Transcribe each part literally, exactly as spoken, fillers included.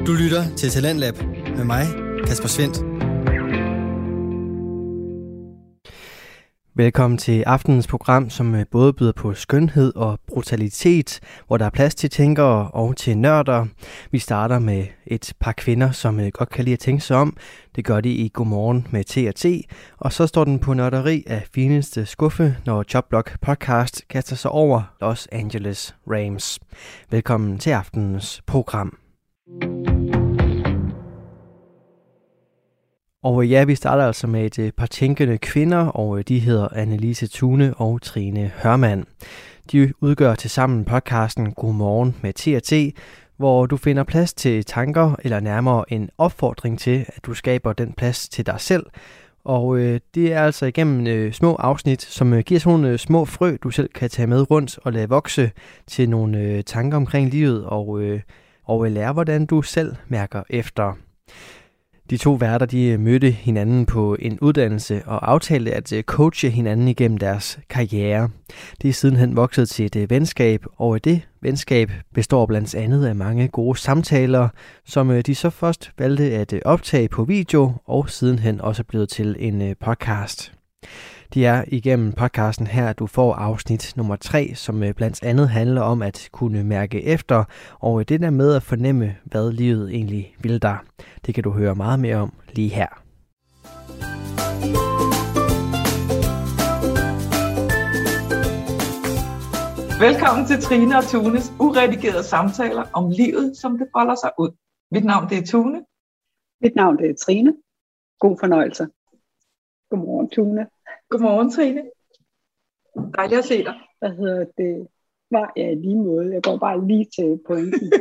Du lytter til Talentlab med mig, Kasper Svendt. Velkommen til aftenens program, som både byder på skønhed og brutalitet, hvor der er plads til tænkere og til nørder. Vi starter med et par kvinder, som godt kan lide at tænke sig om. Det gør de i Godmorgen med T og T, og så står den på nørderi af fineste skuffe, når Jobblock podcast kaster sig over Los Angeles Rams. Velkommen til aftenens program. Og ja, vi starter altså med et par tænkende kvinder, og de hedder Annelise Thune og Trine Hørmann. De udgør tilsammen podcasten Godmorgen med T og T, hvor du finder plads til tanker, eller nærmere en opfordring til, at du skaber den plads til dig selv. Og øh, det er altså igennem øh, små afsnit, som øh, giver sådan nogle øh, små frø, du selv kan tage med rundt og lade vokse til nogle øh, tanker omkring livet, og, øh, og øh, lære, hvordan du selv mærker efter. De to værter de mødte hinanden på en uddannelse og aftalte at coache hinanden igennem deres karriere. Det er sidenhen vokset til et venskab, og det venskab består blandt andet af mange gode samtaler, som de så først valgte at optage på video, og sidenhen også blevet til en podcast. Det er igennem podcasten her, at du får afsnit nummer tre, som blandt andet handler om at kunne mærke efter, og det der med at fornemme, hvad livet egentlig vil dig. Det kan du høre meget mere om lige her. Velkommen til Trine og Thunes uredigerede samtaler om livet, som det folder sig ud. Mit navn det er Thune. Mit navn det er Trine. God fornøjelse. Godmorgen, Thune. Godmorgen, Trine. Dejligt at se dig. Hvad hedder det? Var jeg lige måde. Jeg går bare lige til pointen.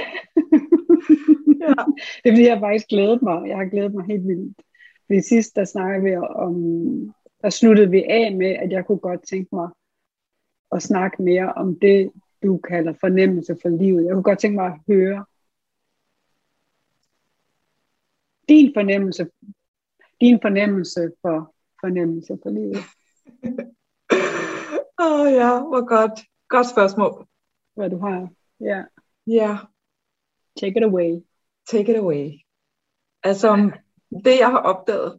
Ja. Det er fordi, jeg faktisk glædet mig. Jeg har glædet mig helt vildt. Fordi sidst, der snakkede vi om, der sluttede vi af med, at jeg kunne godt tænke mig at snakke mere om det, du kalder fornemmelse for livet. Jeg kunne godt tænke mig at høre din fornemmelse, din fornemmelse for fornemmelse for livet. Åh oh, ja, hvor godt. Godt spørgsmål. Hvad du har. Ja. Ja. Take it away. Take it away. Altså, det jeg har opdaget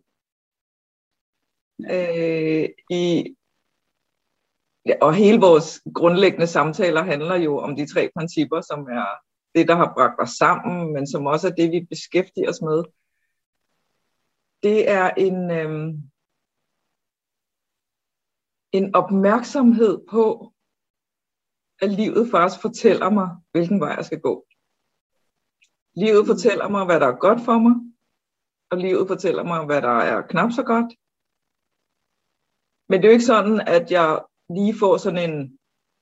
øh, i, og hele vores grundlæggende samtaler handler jo om de tre principper, som er det, der har bragt os sammen, men som også er det, vi beskæftiger os med. Det er en, øh, en opmærksomhed på, at livet faktisk fortæller mig, hvilken vej jeg skal gå. Livet fortæller mig, hvad der er godt for mig, og livet fortæller mig, hvad der er knap så godt. Men det er jo ikke sådan, at jeg lige får sådan en...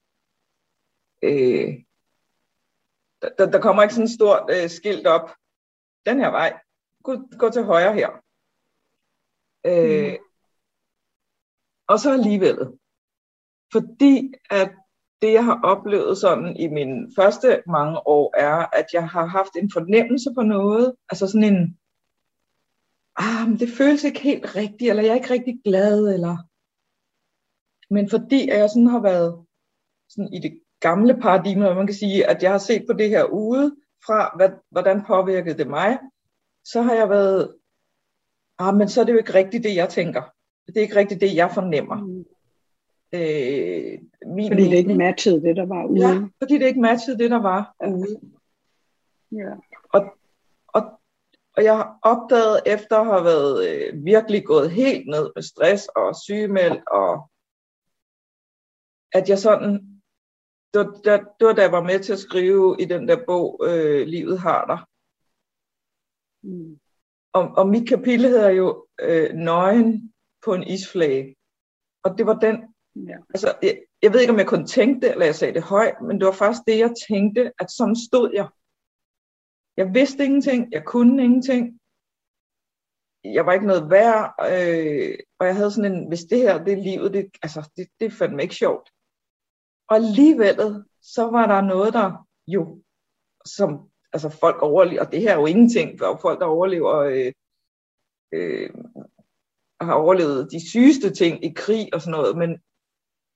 Øh, der, der kommer ikke sådan et stort øh, skilt op. Den her vej. Gå, gå til højre her. Øh, mm. Og så alligevel. Fordi at det, jeg har oplevet sådan i mine første mange år, er, at jeg har haft en fornemmelse på noget. Altså sådan en, ah, men det føles ikke helt rigtigt, eller jeg er ikke rigtig glad, eller... Men fordi at jeg sådan har været sådan i det gamle paradigme, hvor man kan sige, at jeg har set på det her ude, fra hvad, hvordan påvirkede det mig, så har jeg været, ah, men så er det jo ikke rigtigt det, jeg tænker. Det er ikke rigtigt det, jeg fornemmer. Mm. Øh, min fordi det ikke matchede det, der var ude. Ja, fordi det ikke matchede det, der var ude. Ja. Og, og, og jeg har opdaget, efter at have været øh, virkelig gået helt ned med stress og sygemeldt, og at jeg sådan, det var, der, det var da jeg var med til at skrive i den der bog, øh, Livet har dig. Mm. Og, og mit kapitel hedder jo øh, Nøgen på en isflage. Og det var den, ja. altså, jeg, jeg ved ikke, om jeg kun tænkte det, eller jeg sagde det højt, men det var faktisk det, jeg tænkte, at sådan stod jeg. Jeg vidste ingenting, jeg kunne ingenting. Jeg var ikke noget værd, øh, og jeg havde sådan en, hvis det her, det er livet, det, altså, det, det er fandme ikke sjovt. Og alligevel, så var der noget, der jo, som altså folk overlever, og det her er jo ingenting, for folk, der overlever, øh, øh, har overlevet de sygeste ting i krig og sådan noget, men,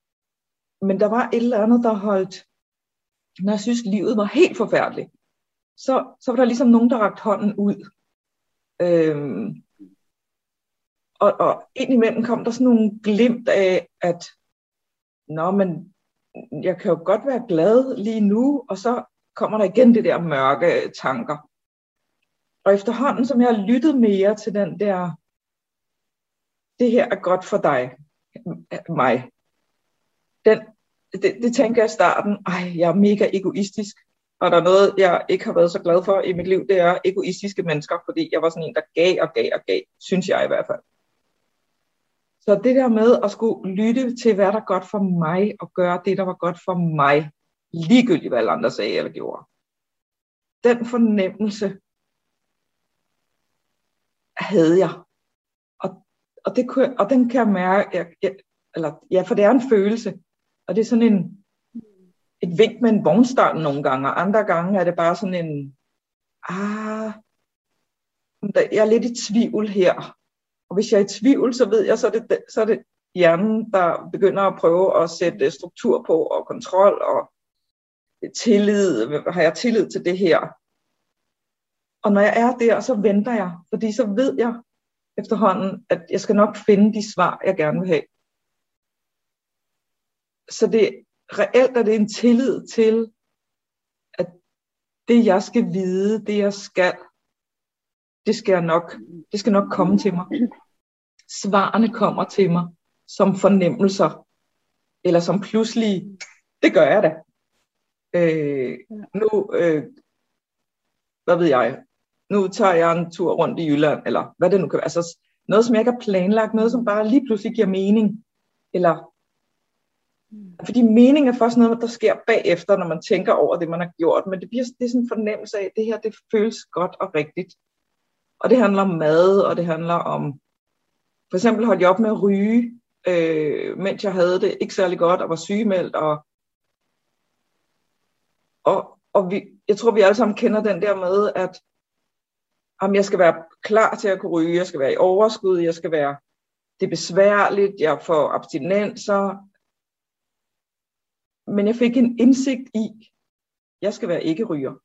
men der var et eller andet, der holdt, når jeg synes, livet var helt forfærdeligt. så, så var der ligesom nogen, der rakte hånden ud. Øhm, og, og indimellem kom der sådan nogle glimt af, at nå, men jeg kan jo godt være glad lige nu, og så kommer der igen det der mørke tanker. Og efterhånden, som jeg har lyttet mere til den der, det her er godt for dig, mig, den, det, det tænker jeg i starten, ej, jeg er mega egoistisk, og der er noget, jeg ikke har været så glad for i mit liv, det er egoistiske mennesker, fordi jeg var sådan en, der gav og gav og gav, synes jeg i hvert fald. Så det der med at skulle lytte til, hvad der er godt for mig, og gøre det, der var godt for mig, ligegyldigt hvad alle andre sagde eller gjorde. Den fornemmelse havde jeg. Og, og, det kunne, og den kan jeg mærke, jeg, jeg, eller, ja, for det er en følelse, og det er sådan en, et vink med en vognstang nogle gange, og andre gange er det bare sådan en, ah, jeg er lidt i tvivl her. Og hvis jeg er i tvivl, så ved jeg, så er det, så er det hjernen, der begynder at prøve at sætte struktur på, og kontrol, og tillid. Har jeg tillid til det her? Og når jeg er der, så venter jeg, fordi så ved jeg efterhånden, at jeg skal nok finde de svar, jeg gerne vil have. Så det reelt er det en tillid til, at det jeg skal vide, det jeg skal, det skal, jeg nok, det skal nok komme til mig. Svarene kommer til mig som fornemmelser, eller som pludselig, det gør jeg da. Øh, nu, øh, hvad ved jeg, nu tager jeg en tur rundt i Jylland, eller hvad det nu kan være. Altså noget, som jeg ikke har planlagt, noget, som bare lige pludselig giver mening. Eller, fordi mening er først noget, der sker bagefter, når man tænker over det, man har gjort. Men det, bliver, det er sådan en fornemmelse af, at det her, det føles godt og rigtigt. Og det handler om mad, og det handler om, for eksempel holdt jeg op med at ryge, øh, mens jeg havde det ikke særlig godt, og var sygemeldt. Og, og, og vi, jeg tror, vi alle sammen kender den der med, at jamen, jeg skal være klar til at kunne ryge, jeg skal være i overskud, jeg skal være, det er besværligt, jeg får abstinenser. Men jeg fik en indsigt i, jeg skal være ikke-ryger.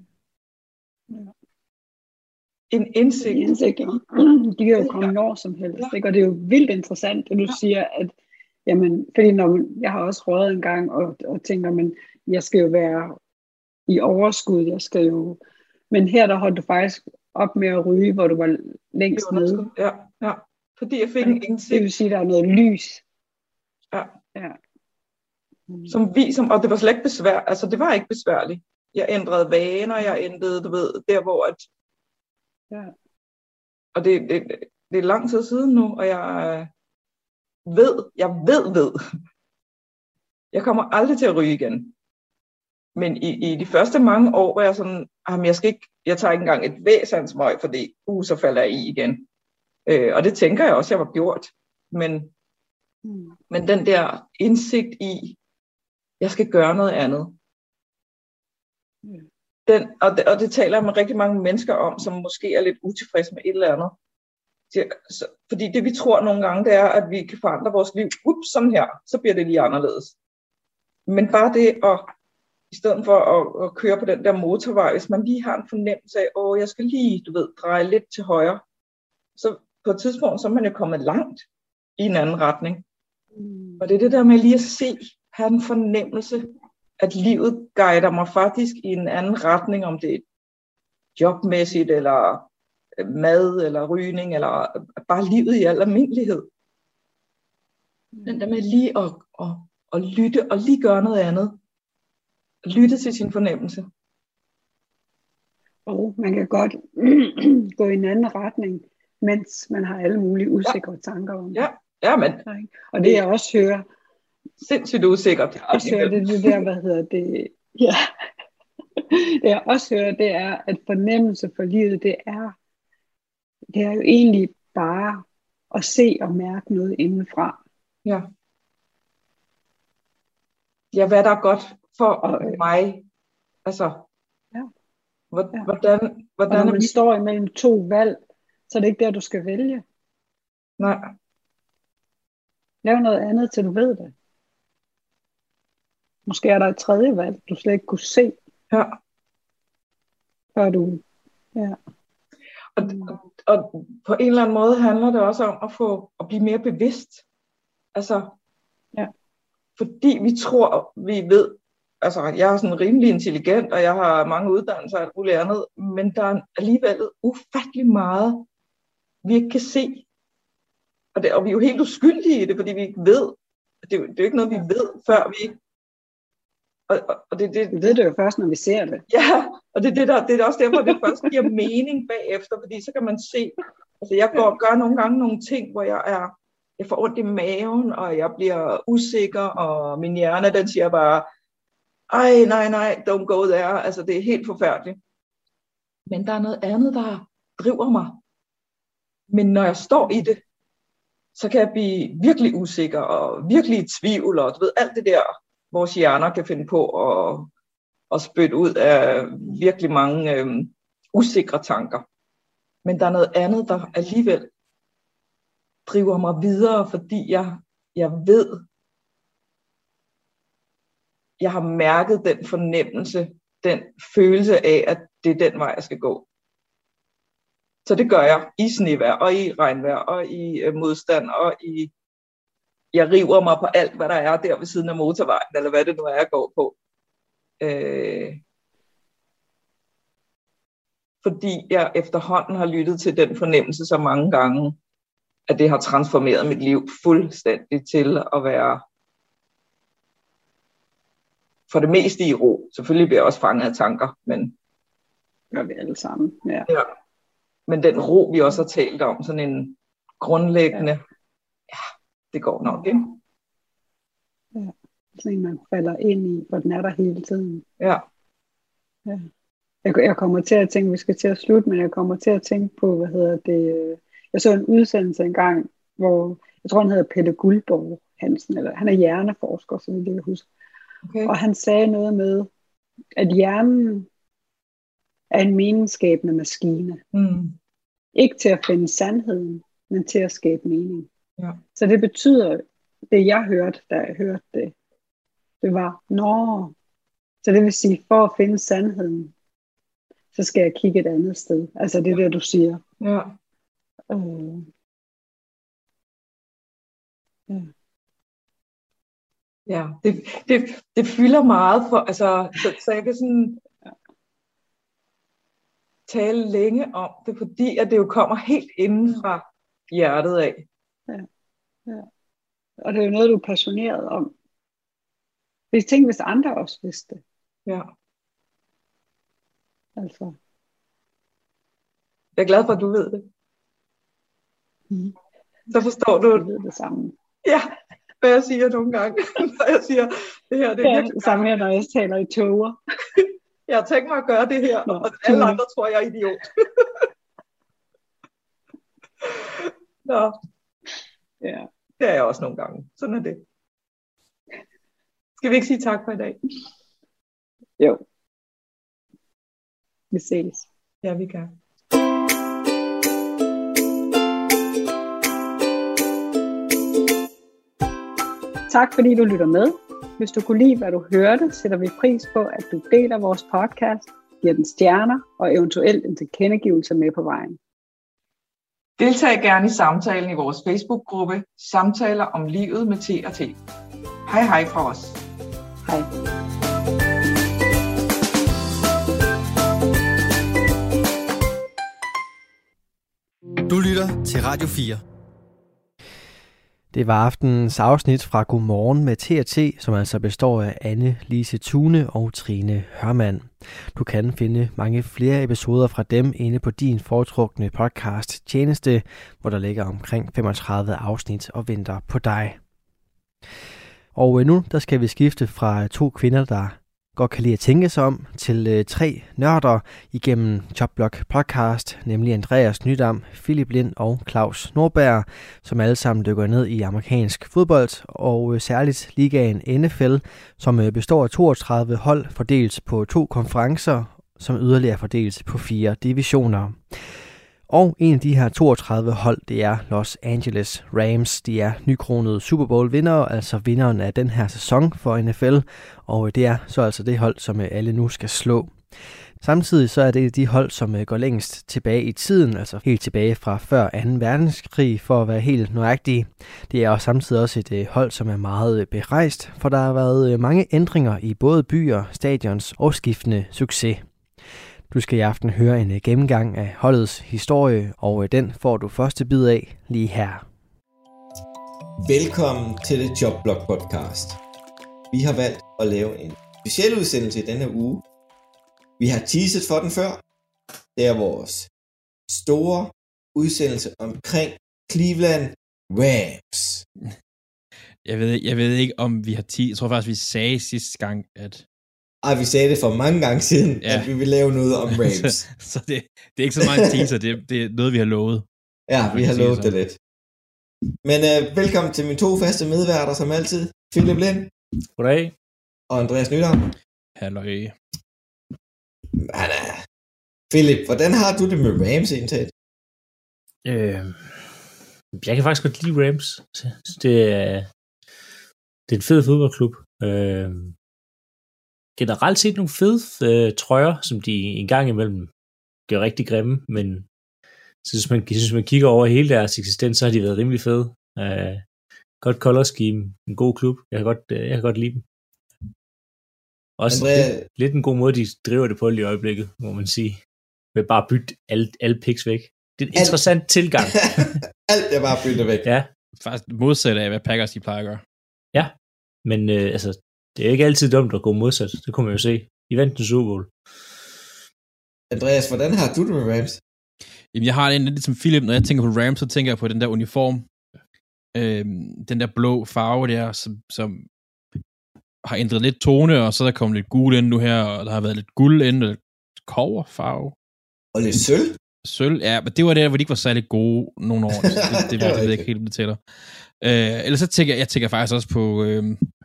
En indsigt. En indsigt, ja. De kan jo komme når som helst. Ja. Og det er jo vildt interessant, at du ja. siger, at jamen, fordi når man, jeg har også røget en gang, og, og tænker, men jeg skal jo være i overskud, jeg skal jo, men her der holdt du faktisk op med at ryge, hvor du var længst nede. Ja, ja. Fordi jeg fik en indsigt. Det vil sige, der er noget lys. Ja. Ja. Som vi, som, og det var slet ikke besvær, altså det var ikke besværligt. Jeg ændrede vaner, jeg ændrede, du ved, der hvor at, ja. Og det, det, det er lang tid siden nu, og jeg ved, jeg ved, ved, jeg kommer aldrig til at ryge igen. Men i, i de første mange år var jeg sådan, jamen jeg skal ikke, jeg tager ikke engang et væsansmøg, fordi uh, så falder jeg i igen. Øh, og det tænker jeg også, jeg var gjort. Men, mm. men den der indsigt i, jeg skal gøre noget andet. Mm. Den, og, det, og det taler jeg med rigtig mange mennesker om, som måske er lidt utilfredse med et eller andet. Så, fordi det vi tror nogle gange, det er, at vi kan forandre vores liv. Ups, sådan her, så bliver det lige anderledes. Men bare det at, i stedet for at, at køre på den der motorvej, hvis man lige har en fornemmelse af, åh, jeg skal lige, du ved, dreje lidt til højre, så på et tidspunkt, så er man jo kommet langt i en anden retning. Mm. Og det er det der med lige at se, have en fornemmelse, at livet guider mig faktisk i en anden retning, om det er jobmæssigt, eller mad, eller rygning, eller bare livet i al almindelighed. Den der med lige at, at, at lytte, og lige gøre noget andet. Lytte til sin fornemmelse. Og man kan godt gå i en anden retning, mens man har alle mulige usikre ja. tanker om det. Ja, ja, men... Og det jeg også hører... Sindssygt usikkert. Jeg også hører det, det der, hvad hedder det... Ja. Det jeg også hører, det er, at fornemmelse for livet, det er, det er jo egentlig bare at se og mærke noget indenfra. Ja. Ja, hvad der er godt for og, øh, mig. Altså, ja. hvordan... hvordan, hvordan og når man står imellem to valg, så er det ikke der, du skal vælge. Nej. Lav noget andet, til du ved det. Måske er der et tredje valg, du slet ikke kunne se. Ja. Før du... Ja. Og, og, og på en eller anden måde handler det også om at få at blive mere bevidst. Altså, ja. Fordi vi tror, vi ved, altså jeg er sådan rimelig intelligent, og jeg har mange uddannelser og alt muligt andet, men der er alligevel ufattelig meget, vi ikke kan se. Og, det, og vi er jo helt uskyldige i det, fordi vi ikke ved. Det er jo, det er jo ikke noget, vi ved, før vi... Og, og, og det, det, vi ved det jo først, når vi ser det. Ja, og det, det, der, det er også derfor, det først giver mening bagefter, fordi så kan man se... Altså jeg går, gør nogle gange nogle ting, hvor jeg er... Jeg får ondt i maven, og jeg bliver usikker, og min hjerne, den siger bare... Ej, nej, nej, don't go there. Altså det er helt forfærdeligt. Men der er noget andet, der driver mig. Men når jeg står i det, så kan jeg blive virkelig usikker og virkelig i tvivl, og du ved, alt det der, vores hjerner kan finde på at, at spytte ud af virkelig mange øhm, usikre tanker. Men der er noget andet, der alligevel driver mig videre, fordi jeg, jeg ved, jeg har mærket den fornemmelse, den følelse af, at det er den vej, jeg skal gå. Så det gør jeg i snevejr, og i regnvejr, og i øh, modstand, og i... Jeg river mig på alt, hvad der er der ved siden af motorvejen, eller hvad det nu er, jeg går på. Øh... Fordi jeg efterhånden har lyttet til den fornemmelse så mange gange, at det har transformeret mit liv fuldstændig til at være for det meste i ro. Selvfølgelig bliver jeg også fanget af tanker, men... Gør vi alle sammen, ja. ja. Men den ro, vi også har talt om, sådan en grundlæggende, ja, ja det går nok, ikke? Ja, sådan en, man falder ind i, hvor den er der hele tiden. Ja. Ja. Jeg, jeg kommer til at tænke, vi skal til at slutte, men jeg kommer til at tænke på, hvad hedder det, jeg så en udsendelse engang, hvor, jeg tror han hedder Pelle Guldborg Hansen, eller han er hjerneforsker, så det jeg husker. Okay. Og han sagde noget med, at hjernen er en meningsskabende maskine. Mm. Ikke til at finde sandheden, men til at skabe mening. Ja. Så det betyder, det jeg hørte, da jeg hørte det, det var, nå, så det vil sige, for at finde sandheden, så skal jeg kigge et andet sted. Altså det er det, du siger. Ja. Øh. Ja. Ja, det, det, det fylder meget for, altså, så, så jeg kan sådan tale længe om det, fordi at det jo kommer helt inden fra hjertet af. Ja, ja. Og det er jo noget, du er passioneret om. Hvis tænk, hvis andre også vidste det. Ja. Altså. Jeg er glad for, at du ved det. Mm. Så forstår du. Jeg ved det samme. Ja, hvad jeg siger nogle gange, når jeg siger, det her det er ja, virkelig det samme her, når jeg taler i toger. Jeg har tænkt mig at gøre det her, Nå, og alle andre tror, jeg er idiot. Nå. Ja. Det er jeg også nogle gange. Sådan er det. Skal vi ikke sige tak for i dag? Jo. Vi ses. Ja, vi kan. Tak fordi du lytter med. Hvis du kunne lide, hvad du hørte, sætter vi pris på, at du deler vores podcast, giver den stjerner og eventuelt en tilkendegivelse med på vejen. Deltag gerne i samtalen i vores Facebook-gruppe Samtaler om livet med T og T. Hej hej fra os. Hej. Du lytter til Radio fire. Det var aftenens afsnit fra Godmorgen med T og T, som altså består af Anne-Lise Thune og Trine Hørmann. Du kan finde mange flere episoder fra dem inde på din foretrukne podcast tjeneste, hvor der ligger omkring femogtredive afsnit og venter på dig. Og nu der skal vi skifte fra to kvinder, der godt kan lide at tænke sig om, til øh, tre nørder igennem Jobblock podcast, nemlig Andreas Nydam, Philip Lind og Claus Nordberg, som alle sammen dykker ned i amerikansk fodbold, og øh, særligt ligaen N F L, som øh, består af toogtredive hold fordelt på to konferencer, som yderligere fordeles på fire divisioner. Og en af de her toogtredive hold, det er Los Angeles Rams. De er nykronede Super Bowl-vindere, altså vinderen af den her sæson for N F L. Og det er så altså det hold, som alle nu skal slå. Samtidig så er det de hold, som går længst tilbage i tiden, altså helt tilbage fra før anden verdenskrig, for at være helt nøjagtige. Det er også samtidig også et hold, som er meget berejst, for der har været mange ændringer i både byer, stadions og skiftende succes. Du skal i aften høre en gennemgang af holdets historie, og den får du første bid af lige her. Velkommen til The Jobblog Podcast. Vi har valgt at lave en speciel udsendelse i denne uge. Vi har teaset for den før. Det er vores store udsendelse omkring Cleveland Rams. Jeg ved, jeg ved ikke, om vi har teaset. Jeg tror faktisk, vi sagde sidste gang, at... Ej, vi sagde det for mange gange siden, ja. At vi vil lave noget om Rams. så så det, det er ikke så mange teaser, det, det er noget, vi har lovet. Ja, vi har lovet det lidt. Men øh, velkommen til mine to faste medværter, som altid. Philip Lind. Goddag. Og Andreas Nytter. Halløj. Anna. Philip, hvordan har du det med Rams indtaget? Øh, jeg kan faktisk godt lide Rams. Det er, det er en fed fodboldklub. Øh, generelt set nogle fede øh, trøjer, som de en gang imellem gør rigtig grimme, men så hvis man, hvis man kigger over hele deres eksistens, så har de været rimelig fede. Øh, godt color scheme, en god klub. Jeg kan godt, jeg kan godt lide dem. Også Andrea... lidt, lidt en god måde, de driver det på i øjeblikket, må man sige. Med bare at bytte alle, alle picks væk. Det er en alt... interessant tilgang. Alt er bare byttet væk. Ja. Faktisk modsat af, hvad Packers de plejer at gøre. Ja, men øh, altså, det er ikke altid dumt at gå modsat. Det kunne man jo se. I vandt den Super Bowl. Andreas, hvordan har du det med Rams? Jamen, jeg har det lidt som Philip. Når jeg tænker på Rams, så tænker jeg på den der uniform. Øhm, den der blå farve der, som, som har ændret lidt tone, og så er der kommet lidt gul ind nu her, og der har været lidt guld ind, og lidt koverfarve. Og lidt sølv. Sølv, ja, men det var der, hvor de ikke var særlig gode nogle år. Det, det, det, det ved jeg ikke helt, om det tæller. Øh, ellers så tænker jeg, jeg tænker faktisk også på, øh,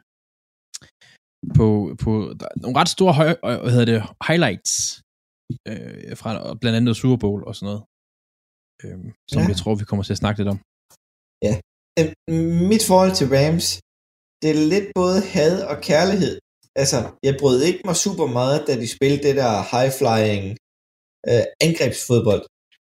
på, på der er nogle ret store høj, hvad hedder det, highlights, øh, fra blandt andet Super Bowl og sådan noget, øh, som ja. Jeg tror, vi kommer til at snakke lidt om. Ja. Mit forhold til Rams, det er lidt både had og kærlighed. Altså, jeg brød ikke mig super meget, da de spillede det der high-flying øh, angrebsfodbold.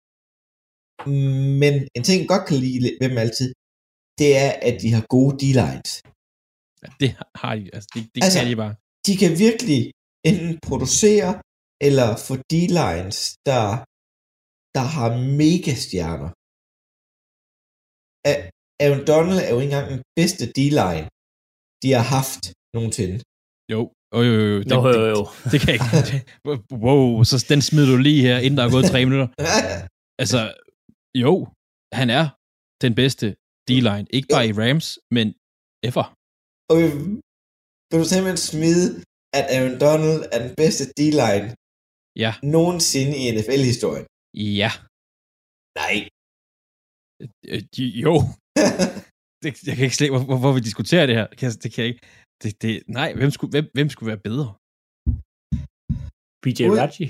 Men en ting, jeg godt kan lide ved dem altid, det er, at de har gode D-lines. Ja, det har de. Altså, det, det altså, kan de bare. De kan virkelig enten producere, eller få D-lines, der, der har mega-stjerner. Aaron Donald er jo ikke engang den bedste D-line, de har haft nogensinde. Jo, jo, jo, jo. Det, Nå, jo, jo. Det, det kan jeg ikke. Wow, så den smider du lige her, inden der er gået tre minutter. Altså, jo, han er den bedste D-line. Ikke bare jo. I Rams, men ever. Og vil du simpelthen smide, at Aaron Donald er den bedste D-line ja. nogensinde i N F L-historien? Ja. Nej. Øh, jo. det, jeg kan ikke slet hvor, hvorfor vi diskuterer det her. Det kan, det kan jeg ikke. Det, det, nej, hvem skulle, hvem, hvem skulle være bedre? B J Raji.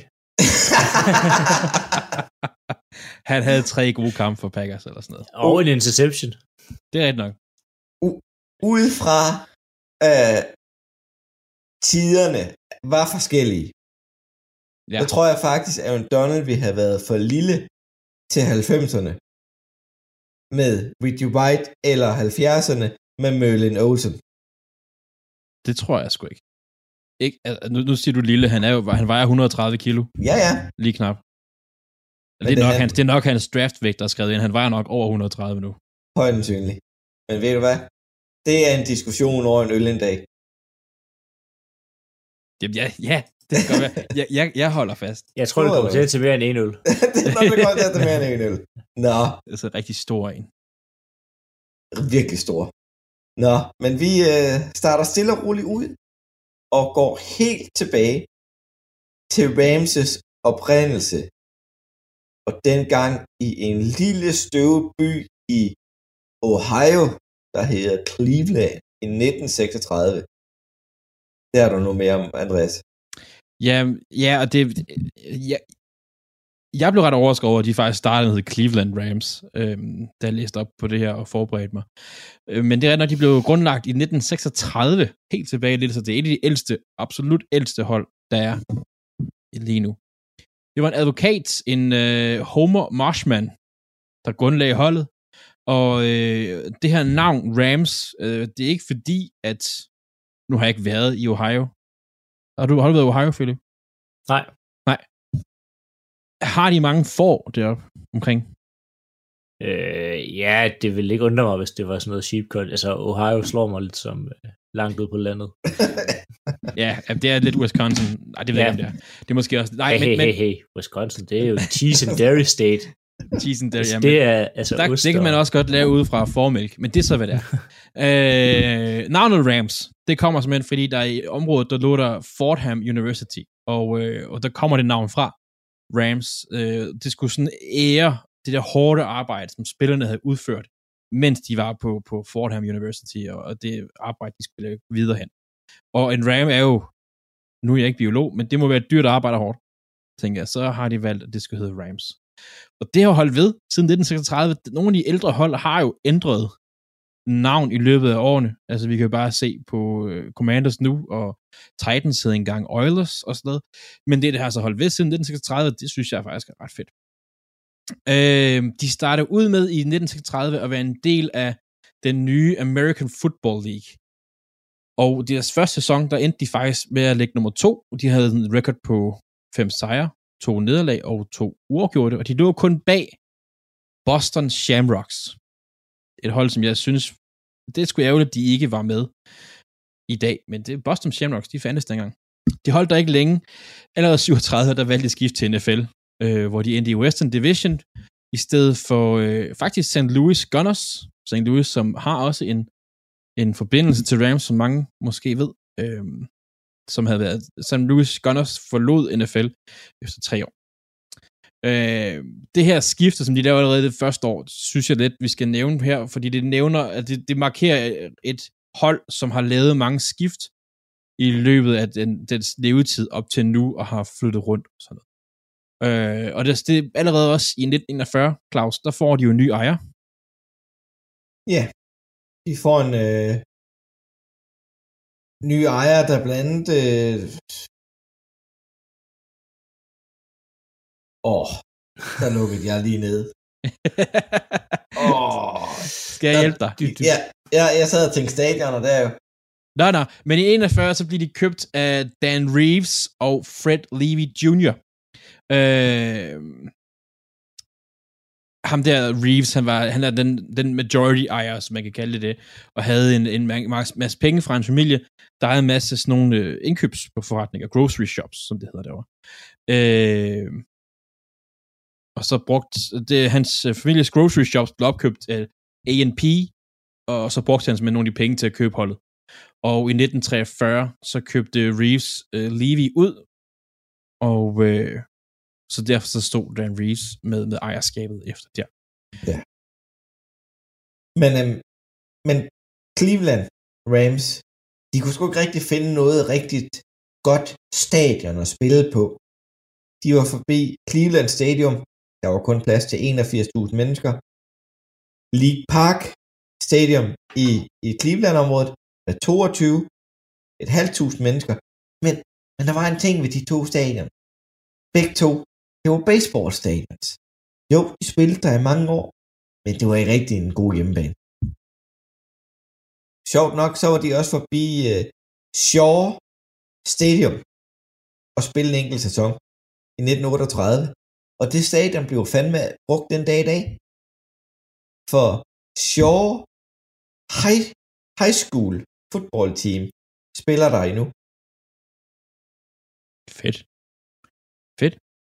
Han havde tre gode kampe for Packers eller sådan noget. Og en interception. Det er rigtigt nok. U- Ude fra øh, tiderne var forskellige. Ja. Så tror jeg faktisk, at Aaron Donald ville have været for lille til halvfemserne med Reggie White, eller halvfjerdserne med Merlin Olsen. Det tror jeg sgu ikke. ikke altså, nu, nu siger du lille, han, er jo, han vejer et hundrede og tredive kilo. Ja, ja. Lige knap. Det er, nok han... hans, det er nok hans draftvægt, der er skrevet ind. Han vejer nok over et hundrede og tredive nu. Højt sandsynligt. Men ved du hvad? Det er en diskussion over en øl en dag. Jamen, ja, ja. Det kan godt være. Jeg, jeg, jeg holder fast. Jeg tror, det kommer til at tage mere end en øl. det er nok, det kommer til at tage mere end en øl. Nå. Det er så rigtig stor en. Virkelig stor. Nå, men vi øh, starter stille og roligt ud og går helt tilbage til Ramses oprindelse. Og dengang i en lille støvet by i Ohio, der hedder Cleveland i nitten seksogtredive. Der er der noget mere om, Andreas. Ja, ja, og det... Ja, jeg blev ret overrasket over, at de faktisk startede med Cleveland Rams, øhm, da jeg læste op på det her og forberedte mig. Øh, men det er, når de blev grundlagt i nitten seksogtredive, helt tilbage lidt, så det er et af de ældste, absolut ældste hold, der er. lige nu. Det var en advokat, en øh, Homer Marshman, der grundlagde holdet. Og øh, det her navn, Rams, øh, det er ikke fordi, at... Nu har jeg ikke været i Ohio. Har du, har du været i Ohio, Philip? Nej. Nej. Har de mange får deroppe omkring? Øh, ja, det ville ikke undre mig, hvis det var sådan noget sheep country. Altså, Ohio slår mig lidt som øh, langt ud på landet. Ja, det er lidt Wisconsin. Nej, det ved jeg ja. ikke, om det er. Det er måske også... Nej, hey, men, hey, men... hey, hey, Wisconsin, det er jo cheese and dairy state. Cheese and dairy, altså, jamen, det er altså der, det kan man også godt lave ud fra formælk, men det er så, hvad det er. øh, navnet Rams, det kommer simpelthen, fordi der i området, der lå der Fordham University, og, øh, og der kommer det navn fra, Rams. Øh, det skulle sådan ære det der hårde arbejde, som spillerne havde udført, mens de var på, på Fordham University, og, og det arbejde, de skulle lave videre hen. Og en Ram er jo, nu er jeg ikke biolog, men det må være et dyr, der arbejder hårdt, tænker jeg. Så har de valgt, at det skulle hedde Rams. Og det har holdt ved siden nitten seksogtredive. Nogle af de ældre hold har jo ændret navn i løbet af årene. Altså, vi kan jo bare se på uh, Commanders nu, og Titans hed engang Oilers og sådan noget. Men det, der har så holdt ved siden nitten seksogtredive, det synes jeg faktisk er ret fedt. Uh, de startede ud med i nitten seksogtredive at være en del af den nye American Football League. Og deres første sæson, der endte de faktisk med at lægge nummer to. De havde en record på fem sejre, to nederlag og to uafgjorte, og de lå kun bag Boston Shamrocks. Et hold, som jeg synes, det er sgu ærgerligt, at de ikke var med i dag, men det Boston Shamrocks, de fandtes dengang. De holdt der ikke længe. Allerede syvogtredive, der valgte de skift til N F L, øh, hvor de endte i Western Division, i stedet for øh, faktisk Saint Louis Gunners. Saint Louis, som har også en, en forbindelse til Rams, som mange måske ved, øh, som havde været, Saint Louis Gunners forlod N F L efter tre år. Øh, det her skifte, som de lavede allerede det første år, synes jeg lidt, vi skal nævne her, fordi det nævner, at det, det markerer et hold, som har lavet mange skift i løbet af den, dens levetid op til nu, og har flyttet rundt og sådan noget. Øh, og det, det allerede også i nitten enogfyrre, Claus, der får de jo en ny ejer. Ja, de får en øh, ny ejer, der blandt andet øh, åh, der lukkede jeg lige ned. Åh, skal jeg hjælpe dig? Ja, ja, jeg sad og tænkte stadioner der jo. Nej, nej, men i enogfyrre, så bliver de købt af Dan Reeves og Fred Levy junior Øh, ham der, Reeves, han, var, han er den, den majority ejer, som man kan kalde det, og havde en, en masse penge fra en familie, der havde en masse sådan nogle øh, indkøbsforretninger, grocery shops, som det hedder derovre. Øh, og så brugt, det, hans families grocery shops blev opkøbt af A and P, og så brugte han med nogle af de penge til at købe holdet. Og i nitten treogfyrre, så købte Reeves øh, Levy ud, og øh, så derfor så stod Dan Reeves med, med ejerskabet efter der. Ja. Men, øhm, men Cleveland Rams, de kunne sgu ikke rigtig finde noget rigtigt godt stadion at spille på. De var forbi Cleveland Stadium, der var kun plads til enogfirs tusind mennesker. League Park Stadium i, i Cleveland-området med toogtyve et halvt tusind mennesker. Men, men der var en ting ved de to stadion. Begge to, det var baseball stadions. Jo, de spillede der i mange år, men det var ikke rigtig en god hjemmebane. Sjovt nok, så var de også forbi uh, Shaw Stadium og spille en enkelt sæson i nitten otteogtredive. Og det stadion blev fandme brugt den dag i dag. For Shaw High, high School football team spiller der endnu. Fedt. Fedt.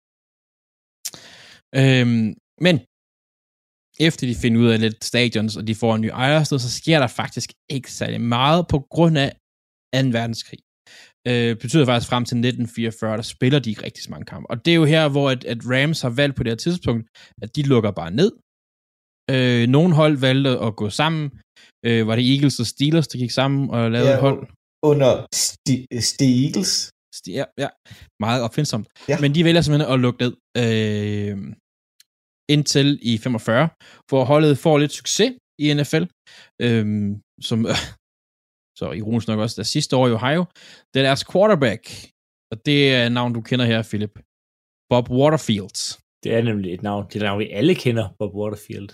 Øhm, men efter de finder ud af lidt stadions, og de får en ny ejersted, så sker der faktisk ikke særlig meget på grund af anden verdenskrig. Øh, betyder faktisk frem til nitten fireogfyrre, der spiller de ikke rigtig så mange kampe. Og det er jo her, hvor at, at Rams har valgt på det her tidspunkt, at de lukker bare ned. Øh, nogle hold valgte at gå sammen. Øh, var det Eagles og Steelers, der gik sammen og lavede ja, et hold? Under St- St- Eagles. Ja, ja, meget opfindsomt. Ja. Men de vælger simpelthen at lukke ned øh, indtil i femogfyrre, hvor holdet får lidt succes i N F L, øh, som øh, så ironisk nok også der sidste år i Ohio. Det er deres quarterback, Og det er et navn, du kender her, Philip. Bob Waterfield. Det er nemlig et navn. Det er et navn, vi alle kender, Bob Waterfield.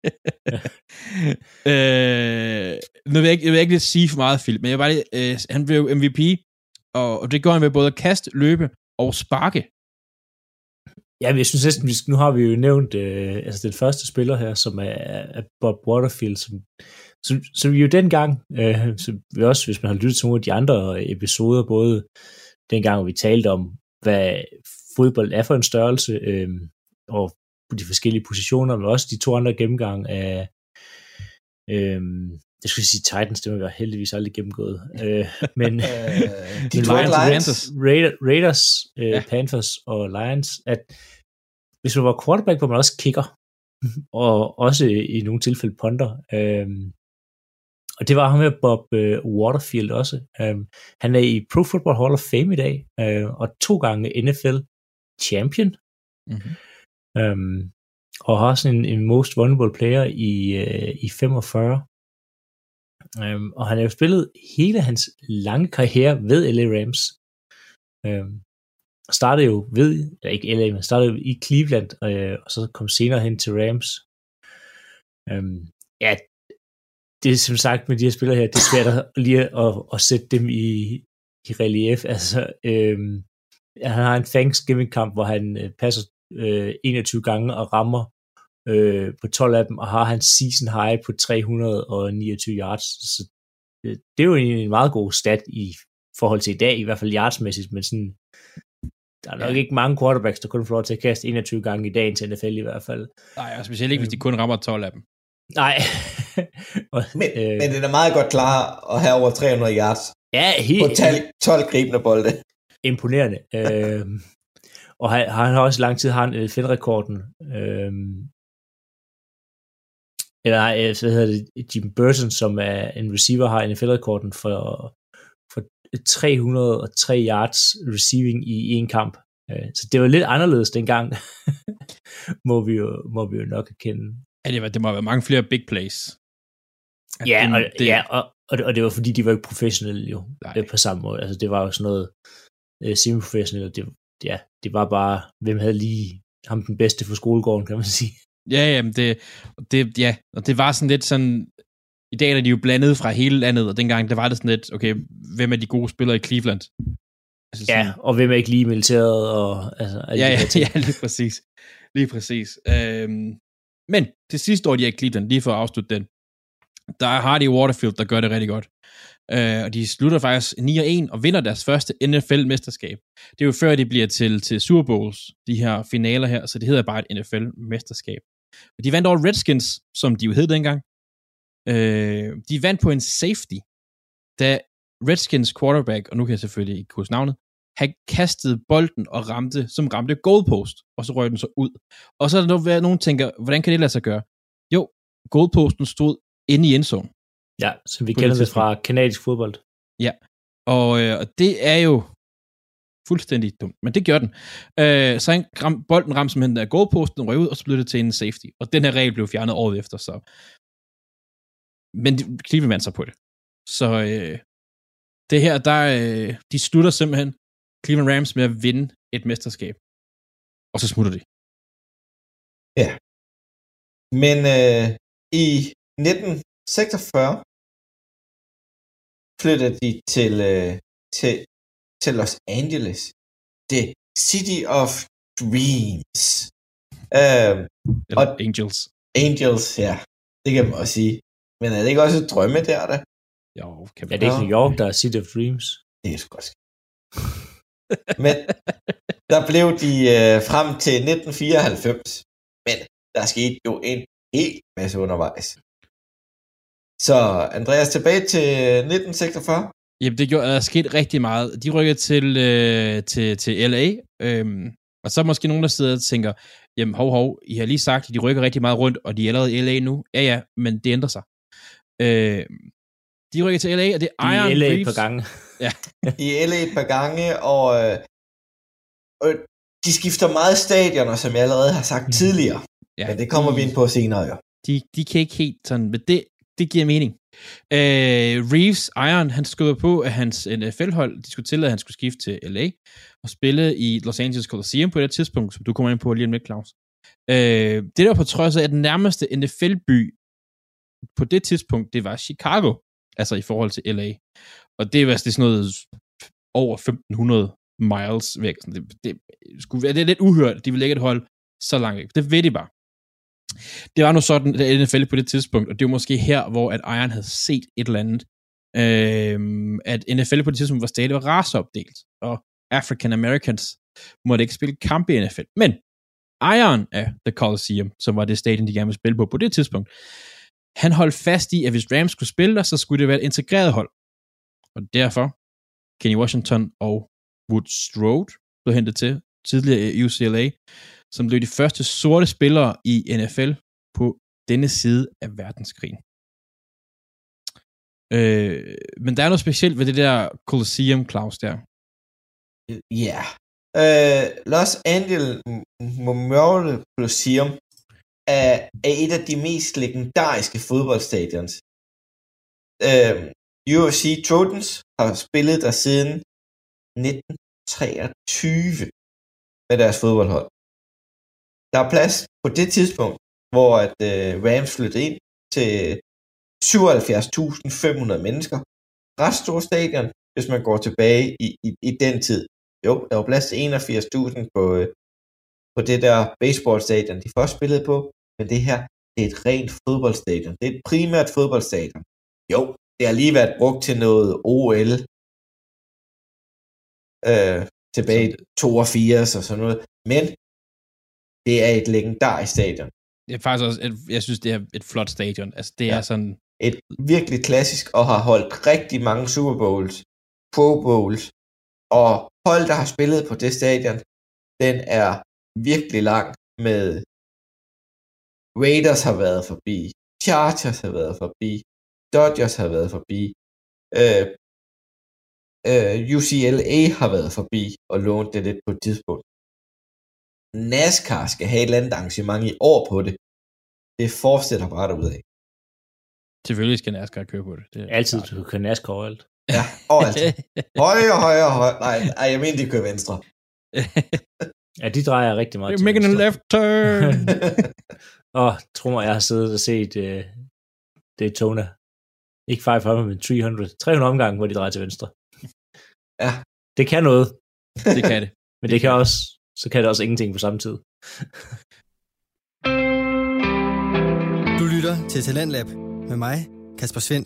øh, nu vil jeg, ikke, jeg vil ikke lidt sige for meget, Philip, men jeg var lige, øh, han blev M V P, og, og det gør han ved både at kaste, løbe og sparke. Ja, men jeg synes næsten, vi, nu har vi jo nævnt øh, altså den første spiller her, som er, er Bob Waterfield, som, som, som jo dengang, øh, som vi også, hvis man har lyttet til nogle af de andre episoder, både dengang, hvor vi talte om, hvad fodbold er for en størrelse, øh, og på de forskellige positioner, men også de to andre gennemgange af, øh, jeg skulle sige Titans, det må være heldigvis aldrig gennemgået, øh, men de to Lions, Raiders, Raiders øh, Ja. Panthers og Lions, at hvis man var quarterback, var man også kicker, og også i nogle tilfælde punter. Øhm, og det var ham med Bob øh, Waterfield også. Øhm, han er i Pro Football Hall of Fame i dag, øh, og to gange N F L champion. Mm-hmm. Øhm, og har sådan en, en most vulnerable player i, øh, i femogfyrre. Øhm, og han har jo spillet hele hans lange karriere ved L A Rams. Øhm, startede jo ved, eller ikke L A, men startede i Cleveland, øh, og så kom senere hen til Rams. Øhm, ja, det er som sagt med de her spillere her, det er svært at, lige at, at sætte dem i, i relief. Altså, øhm, han har en Thanksgiving-kamp, hvor han øh, passer øh, enogtyve gange og rammer øh, på tolv af dem, og har hans season high på tre hundrede niogtyve yards. Så øh, det er jo en meget god stat i forhold til i dag, i hvert fald yardsmæssigt, men sådan der er nok ja. ikke mange quarterbacks, der kun får lov til at kaste enogtyve gange i dagen til N F L i hvert fald. Nej, og specielt ikke, hvis de kun rammer tolv af dem. Nej. men, øh, men det er meget godt klar at have over tre hundrede yards. Ja, helt. På tolv gribende bolde. Imponerende. øh, og han, han har også lang tid har han N F L-rekorden. Øh, eller hvad hedder det, Jim Burton, som er en receiver, har N F L-rekorden for tre hundrede og tre yards receiving i en kamp. Så det var lidt anderledes dengang, må, vi jo, må vi jo nok erkende. Ja, det, var, det må have været mange flere big plays. Ja, og, det, ja og, og, det, og det var fordi, de var ikke professionelle jo, nej. På samme måde. Altså det var jo sådan noget uh, semi-professionelt. Det, ja, det var bare, hvem havde lige ham den bedste for skolegården, kan man sige. Ja, ja, det, det, ja, og det var sådan lidt sådan, i dag er de jo blandet fra hele landet, og dengang, der var det sådan lidt, okay, hvem er de gode spillere i Cleveland? Altså sådan, ja, og hvem er ikke lige militæret, og altså... Ja, ja, ja, lige præcis. Lige præcis. Øhm, men til sidste år, de er i Cleveland, lige for at afslutte den, der har de Waterfield, der gør det rigtig godt. Øh, og de slutter faktisk ni og en og vinder deres første N F L-mesterskab. Det er jo før, de bliver til, til Super Bowls, de her finaler her, så det hedder bare et N F L-mesterskab. Og de vandt over Redskins, som de jo hed dengang. Øh, de vandt på en safety, da Redskins quarterback, og nu kan jeg selvfølgelig ikke huske navnet, han kastede bolden og ramte, som ramte goalpost, og så røg den så ud. Og så er der været nogen, der tænker, hvordan kan det lade sig gøre? Jo, goalposten stod inde i endzone. Ja, som vi kender det fra kanadisk fodbold. Ja, og, øh, og det er jo fuldstændig dumt, men det gør den. Øh, så han, ram, bolden ramte simpelthen af goalposten, røg ud, og så blev det til en safety. Og den her regel blev fjernet året efter, så... Men Cleveland vandt sig på det. Så øh, det her, der, øh, de slutter simpelthen Cleveland Rams med at vinde et mesterskab. Og så smutter de. Ja. Men øh, i nitten seksogfyrre flyttede de til, øh, til, til Los Angeles. The City of Dreams. Øh, Eller og Angels. Angels, ja. Det kan man også sige. Men er det ikke også et drømme der, da? Jo, kan man. Ja, det er ikke New York, der er City of Dreams. Det er sgu også. Men der blev de øh, frem til nitten fireoghalvfems. Men der skete jo en hel masse undervejs. Så Andreas, tilbage til nitten seksogfyrre. Jamen, det gjorde, der er sket rigtig meget. De rykkede til, øh, til, til L A, øhm, og så er måske nogen, der sidder og tænker, jamen hov, hov, I har lige sagt, at de rykker rigtig meget rundt, og de er allerede i L A nu. Ja, ja, men det ændrer sig. Øh, de rykker til L A, og det er Iron Reeves. I L A Reeves. et par gange. Ja. I L A et par gange, og, øh, og de skifter meget stadioner, som jeg allerede har sagt mm. tidligere. Ja, men det kommer de, vi ind på senere, jo. De, de kan ikke helt sådan, men det det giver mening. Øh, Reeves, Iron, han skød på, at hans N F L-hold, de skulle tillade, at han skulle skifte til L A og spille i Los Angeles Coliseum på det tidspunkt, som du kommer ind på lige om lidt, Claus. Øh, det der på trods af, at den nærmeste N F L-by på det tidspunkt, det var Chicago, altså i forhold til L A. Og det var sådan noget over femten hundrede miles væk. Det, det, skulle, det er lidt uhørt, de ville ikke et hold så langt væk. Det ved de bare. Det var nu sådan, at N F L på det tidspunkt, og det var måske her, hvor at Iron havde set et eller andet, øh, at N F L på det tidspunkt var stadig raceopdelt, og African Americans måtte ikke spille kamp i N F L. Men Iron af The Coliseum, som var det stadion, de gerne ville spille på på det tidspunkt, han holdt fast i, at hvis Rams skulle spille der, så skulle det være et integreret hold. Og derfor, Kenny Washington og Wood Strode blev hentet til tidligere i U C L A, som blev de første sorte spillere i N F L på denne side af verdenskrigen. Øh, men der er noget specielt ved det der Coliseum, Claus, der. Ja. Yeah. Uh, Los Angeles Memorial Coliseum er, er et af de mest legendariske fodboldstadions. Uh, U F C Trojans har spillet der siden nitten treogtyve med deres fodboldhold. Der er plads på det tidspunkt, hvor at uh, Rams flyttede ind til syvoghalvfjerds tusind fem hundrede mennesker. Ret stor stadion, hvis man går tilbage i, i, i den tid. Jo, der var plads til enogfirs tusind på, uh, på det der baseballstadion, de først spillede på. Men det her, det er et rent fodboldstadion. Det er et primært fodboldstadion. Jo, det har lige været brugt til noget O L øh, tilbage i toogfirs og sådan noget. Men det er et legendarisk stadion. Det er faktisk også, et, jeg synes, det er et flot stadion. Altså, det ja. er sådan... Et virkelig klassisk, og har holdt rigtig mange Super Bowls, Pro Bowls, og hold, der har spillet på det stadion, den er virkelig lang med Raiders har været forbi, Chargers har været forbi, Dodgers har været forbi, øh, øh, U C L A har været forbi og lånt det lidt på et tidspunkt. NASCAR skal have et eller andet arrangement i år på det. Det fortsætter bare derudad. Selvfølgelig skal NASCAR køre på det. Det er altid, du kan køre NASCAR overalt. Ja, overalt. Højre, højre, højre. Nej, nej, jeg mener, de kører venstre. Ja, de drejer rigtig meget til making a left turn. Og tro mig, jeg har siddet og set uh, Daytona. Ikke fem hundrede, men tre hundrede. tre hundrede omgange, hvor de drejer til venstre. Ja. Det kan noget. Det kan det. Men det kan også, så kan det også ingenting på samme tid. Du lytter til Talentlab med mig, Kasper Svendt.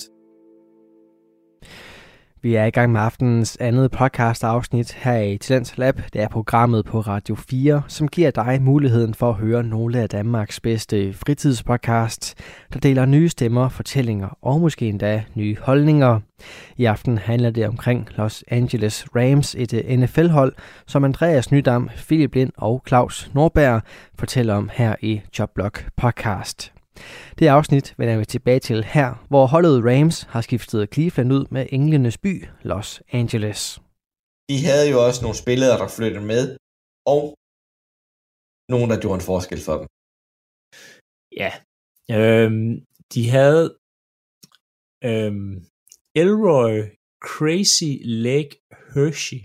Vi er i gang med aftenens andet podcast-afsnit her i Talent Lab. Det er programmet på Radio fire, som giver dig muligheden for at høre nogle af Danmarks bedste fritidspodcasts, der deler nye stemmer, fortællinger og måske endda nye holdninger. I aften handler det omkring Los Angeles Rams, et N F L-hold, som Andreas Nydam, Philip Lind og Claus Norberg fortæller om her i Jobblock Podcast. Det afsnit vender vi tilbage til her, hvor holdet Rams har skiftet Cleveland ud med englenes by, Los Angeles. De havde jo også nogle spillere, der flyttede med, og nogen, der gjorde en forskel for dem. Ja, øhm, de havde øhm, Elroy Crazy Leg Hershey,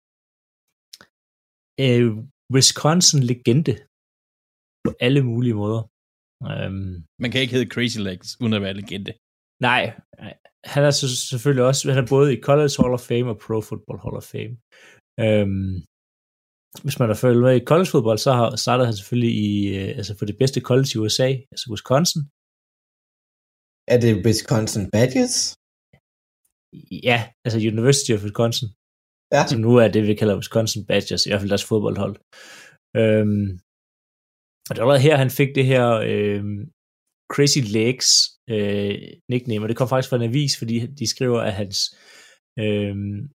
øh, Wisconsin-legende på alle mulige måder. Um, Man kan ikke hedde Crazy Legs, uden at være legende. Nej, han er så selvfølgelig også, han er både i College Hall of Fame og Pro Football Hall of Fame. Um, hvis man har følt med i college fodbold, så har startet han selvfølgelig i, uh, altså for det bedste college i U S A, altså Wisconsin. Er det Wisconsin Badgers? Ja, altså University of Wisconsin. Ja. Som nu er det, vi kalder Wisconsin Badgers, i hvert fald deres fodboldhold. Um, Og det var her, han fik det her øh, Crazy Legs øh, nickname, og det kom faktisk fra en avis, fordi de skriver, at hans øh,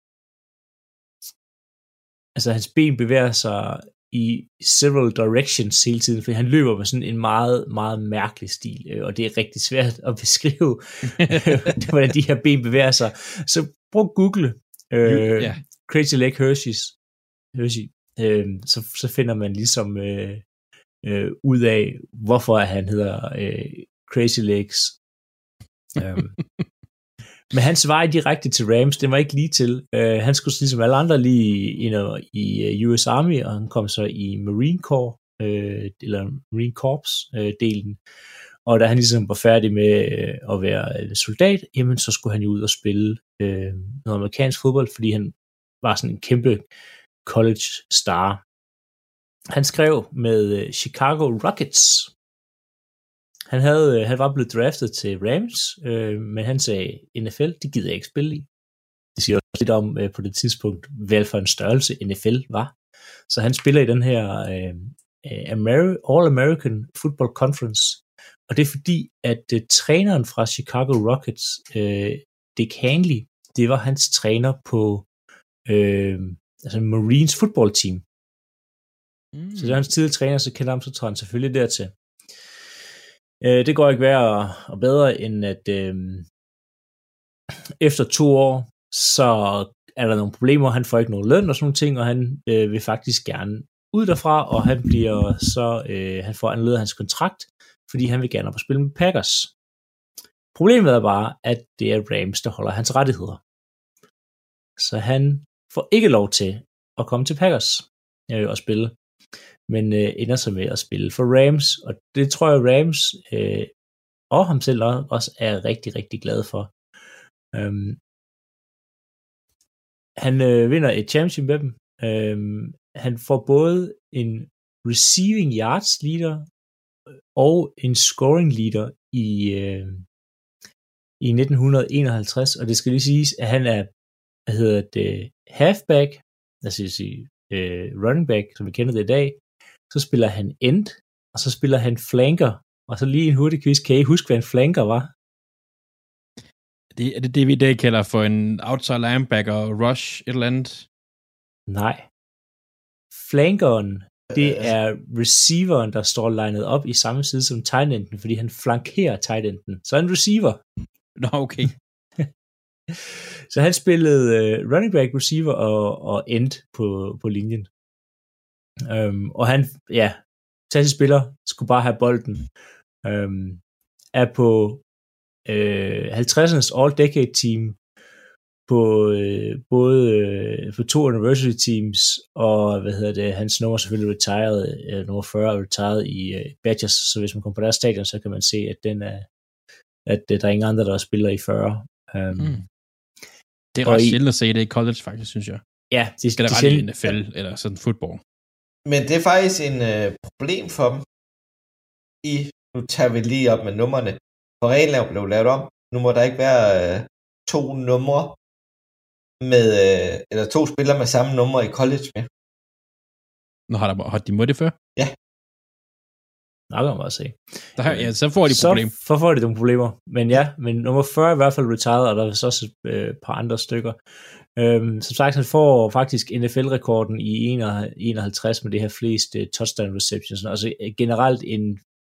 altså hans ben bevæger sig i several directions hele tiden, fordi han løber med sådan en meget, meget mærkelig stil, øh, og det er rigtig svært at beskrive, hvordan de her ben bevæger sig. Så prøv at google øh, yeah. Crazy Leg Hershey's, Hershey, øh, så, så finder man ligesom øh, Øh, ud af, hvorfor han hedder øh, Crazy Legs. øhm. Men hans vej direkte til Rams, det var ikke lige til. Uh, han skulle ligesom alle andre lige ind i uh, U S Army, og han kom så i Marine Corps, uh, eller Marine Corps uh, delen. Og da han ligesom var færdig med uh, at være soldat, jamen så skulle han jo ud og spille uh, noget amerikansk fodbold, fordi han var sådan en kæmpe college star. Han skrev med uh, Chicago Rockets. Han, havde, han var blevet draftet til Rams, øh, men han sagde, N F L, det gider jeg ikke spille i. Det siger også lidt om øh, på det tidspunkt, hvad for en størrelse N F L var. Så han spiller i den her øh, Ameri- All-American Football Conference, og det er fordi, at øh, træneren fra Chicago Rockets, øh, Dick Handley, det var hans træner på øh, altså Marines football team. Mm. Så det er hans tidligere træner, så kender ham, så tager han selvfølgelig dertil. Det går ikke værre og bedre, end at øh, efter to år, så er der nogle problemer, han får ikke nogen løn og sådan nogle ting, og han øh, vil faktisk gerne ud derfra, og han bliver så, øh, han får annulleret hans kontrakt, fordi han vil gerne op og spille med Packers. Problemet er bare, at det er Rams, der holder hans rettigheder. Så han får ikke lov til at komme til Packers øh, og spille, men øh, ender så med at spille for Rams, og det tror jeg Rams øh, og ham selv også er rigtig, rigtig glad for. Um, han øh, vinder et championship med dem. Um, han får både en receiving yards leader og en scoring leader i, øh, i nitten enoghalvtreds, og det skal lige siges, at han er, hvad hedder det, halfback, altså sige, øh, running back, som vi kender det i dag. Så spiller han end, og så spiller han flanker, og så lige en hurtig quiz. Kan I huske, hvad en flanker var? Det, er det det, vi i dag kalder for en outside linebacker, rush, et eller andet? Nej. Flankeren, det er receiveren, der står linet op i samme side som tight enden, fordi han flankerer tight enden. Så en receiver. Nå, okay. Så han spillede uh, running back, receiver og, og end på, på linjen. Um, og han, ja, klassisk spiller, skulle bare have bolden. Um, er på øh, halvtredsernes All-Decade Team, på øh, både øh, på to University Teams, og hvad hedder det, hans nummer selvfølgelig retired, øh, nummer fyrre er retired i øh, Badgers, så hvis man kommer på deres stadion, så kan man se, at den er, at øh, der er ingen andre, der spiller i fyrre. Um, mm. Det er ret sjældent at se det i college, faktisk, synes jeg. Ja, det, det er ret i N F L, eller sådan fodbold. Men det er faktisk en øh, problem for dem. I, nu tager vi lige op med numrene. For reglen blev lavet om. Nu må der ikke være øh, to numre med, øh, eller to spillere med samme nummer i college med. Nå, har, der, har de må det før? Ja. Nå, kan man bare se. Der, ja, så får de problemer. Så får de nogle problemer. Men ja, men nummer fyrre er i hvert fald retired, og der er også et øh, par andre stykker. Øhm, som sagt, han får faktisk N F L-rekorden i enoghalvtreds med det her flest uh, touchdown receptions. Altså generelt en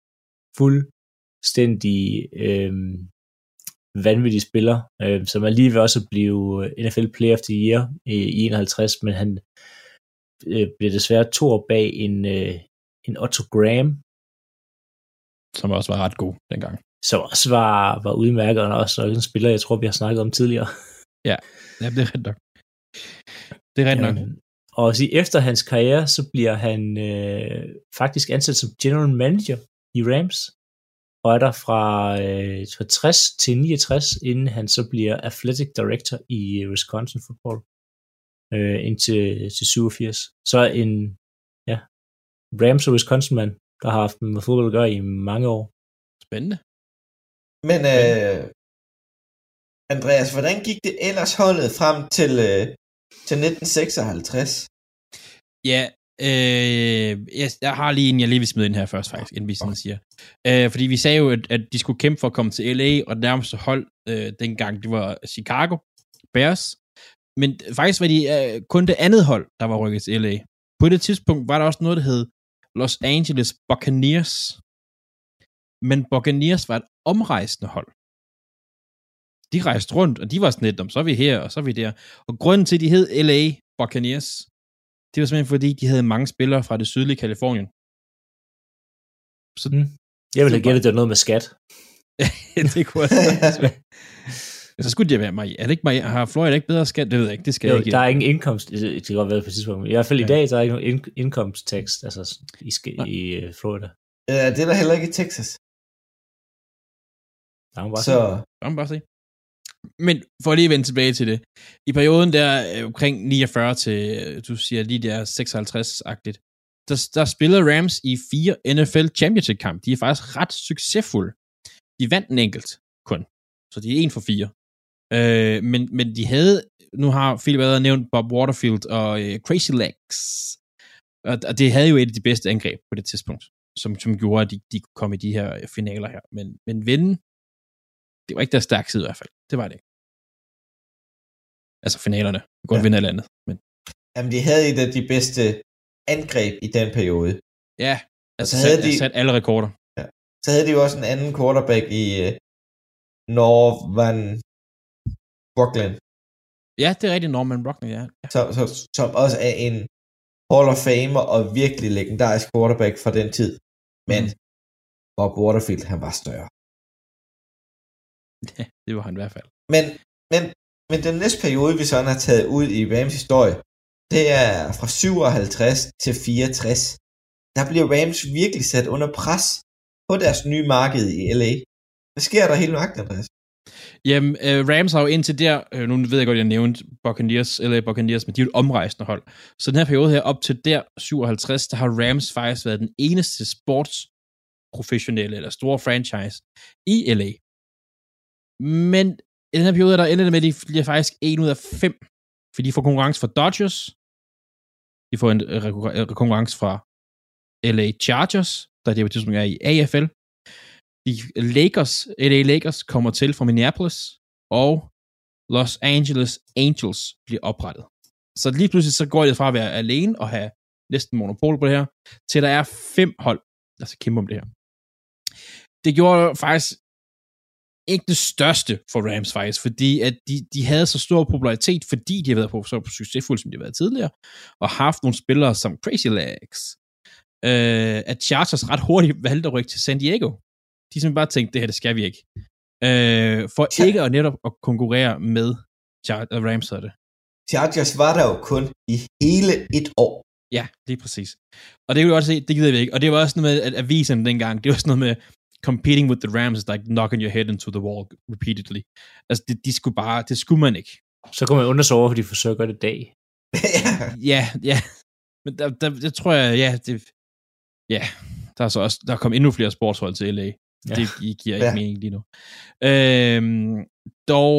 fuldstændig øhm, vanvittig spiller, øhm, som er lige ved også at blive N F L Player of the Year i, i enoghalvtreds, men han øh, blev desværre to år bag en, øh, en Otto Graham, som også var ret god dengang. Som også var, var udmærket, og også en spiller, jeg tror, vi har snakket om tidligere. Ja, ja det er rigtigt nok. Det er rigtigt nok. Øhm, og så efter hans karriere, så bliver han øh, faktisk ansat som general manager i Rams, og er der fra øh, tres til niogtres, inden han så bliver athletic director i Wisconsin football, øh, indtil til syvogfirs. Så en ja, Rams og Wisconsin-mand, der har haft med fodbold at gøre i mange år. Spændende. Men øh, Andreas, hvordan gik det ellers holdet frem til, øh, til nitten seksoghalvtreds? Ja, øh, jeg, jeg har lige en, jeg lige vil smide ind her først, faktisk, inden vi sådan siger. Øh, fordi vi sagde jo, at, at de skulle kæmpe for at komme til L A, og det nærmeste hold øh, dengang, det var Chicago Bears. Men faktisk var de øh, kun det andet hold, der var rykket til L A. På det tidspunkt var der også noget, der hed Los Angeles Buccaneers. Men Buccaneers var et omrejsende hold. De rejste rundt, og de var sådan lidt, om så er vi her, og så er vi der. Og grunden til, at de hed L A Buccaneers, det var simpelthen fordi, de havde mange spillere fra det sydlige Kalifornien. Så, mm. Jeg ville have gættet, det var noget med skat. det kunne også være. Så skulle det være mig. Er det ikke mig? Har Florida ikke bedre skat? Det ved jeg ikke. Det skal jo, jeg ikke. Der er ingen indkomst. Det kan godt være på et tidspunkt. I hvert fald ja. I dag, der er ikke nogen indkomsttekst altså, i, i Florida. Ja, det er der heller ikke i Texas. Der er bare så... Der må bare se. Men for lige at vende tilbage til det. I perioden der omkring niogfyrre til, du siger lige der seksoghalvtreds-agtigt, der, der spillede Rams i fire N F L Championship kamp. De er faktisk ret succesfulde. De vandt en enkelt kun. Så de er en for fire. Øh, men, men de havde, nu har Philip allerede nævnt Bob Waterfield og øh, Crazy Legs. Og, og det havde jo et af de bedste angreb på det tidspunkt, som, som gjorde, at de, de kunne komme i de her finaler her. Men, men vinde, det var ikke deres stærke side i hvert fald. Det var det ikke. Altså finalerne. De kunne ja. vinde alt andet. Men... Jamen, de havde et af de bedste angreb i den periode. Ja, altså havde sat, de... sat alle rekorder. Ja. Så havde de jo også en anden quarterback i uh, Norman Brooklyn. Ja, det er rigtigt, Norman Brooklyn, ja. ja. Som, som, som også er en Hall of Famer og virkelig legendarisk quarterback fra den tid. Men mm. Bob Waterfield, han var større. Ja, det var han i hvert fald. Men, men, men den næste periode, vi sådan har taget ud i Rams historie, det er fra syvoghalvtreds til fireogtres. Der bliver Rams virkelig sat under pres på deres nye marked i L A. Hvad sker der helt nøjagtigt, Andreas? Jamen, uh, Rams har jo indtil der, uh, nu ved jeg godt, jeg nævnte Buccaneers, L A Buccaneers, men de er jo et omrejsende hold. Så den her periode her, op til der, syvoghalvtreds, der har Rams faktisk været den eneste sportsprofessionelle, eller store franchise i L A. Men i den her periode, der ender det med, at de bliver faktisk en ud af fem, for de får konkurrence fra Dodgers, de får en uh, konkurrence fra L A Chargers, der er det på tidspunkt er i A F L. De Lakers, L A Lakers kommer til fra Minneapolis, og Los Angeles Angels bliver oprettet. Så lige pludselig så går det fra at være alene og have næsten monopol på det her, til der er fem hold, der skal kæmpe om det her. Det gjorde faktisk ikke det største for Rams faktisk, fordi at de, de havde så stor popularitet, fordi de har været på så succesfulde, som de har været tidligere, og haft nogle spillere som Crazy Legs, øh, at Chargers ret hurtigt valgte at rykke til San Diego. De simpelthen bare tænkte, det her, det skal vi ikke. Øh, for Char- ikke at netop at konkurrere med Char- Rams, så det. Chargers var der jo kun i hele et år. Ja, lige præcis. Og det kan du også se, det gider vi ikke. Og det var også noget med, at avisen dengang, det var også noget med, competing with the Rams is like knocking your head into the wall repeatedly. Altså, det, de skulle bare, det skulle man ikke. Så kan man undre sig over, for de forsøger at gøre det i dag. ja, ja. Men der, der, det tror jeg, ja, det, ja, der er så også, der er kommet endnu flere sportshold til L A. Ja. Det giver ikke ja. mening lige nu. Øhm, dog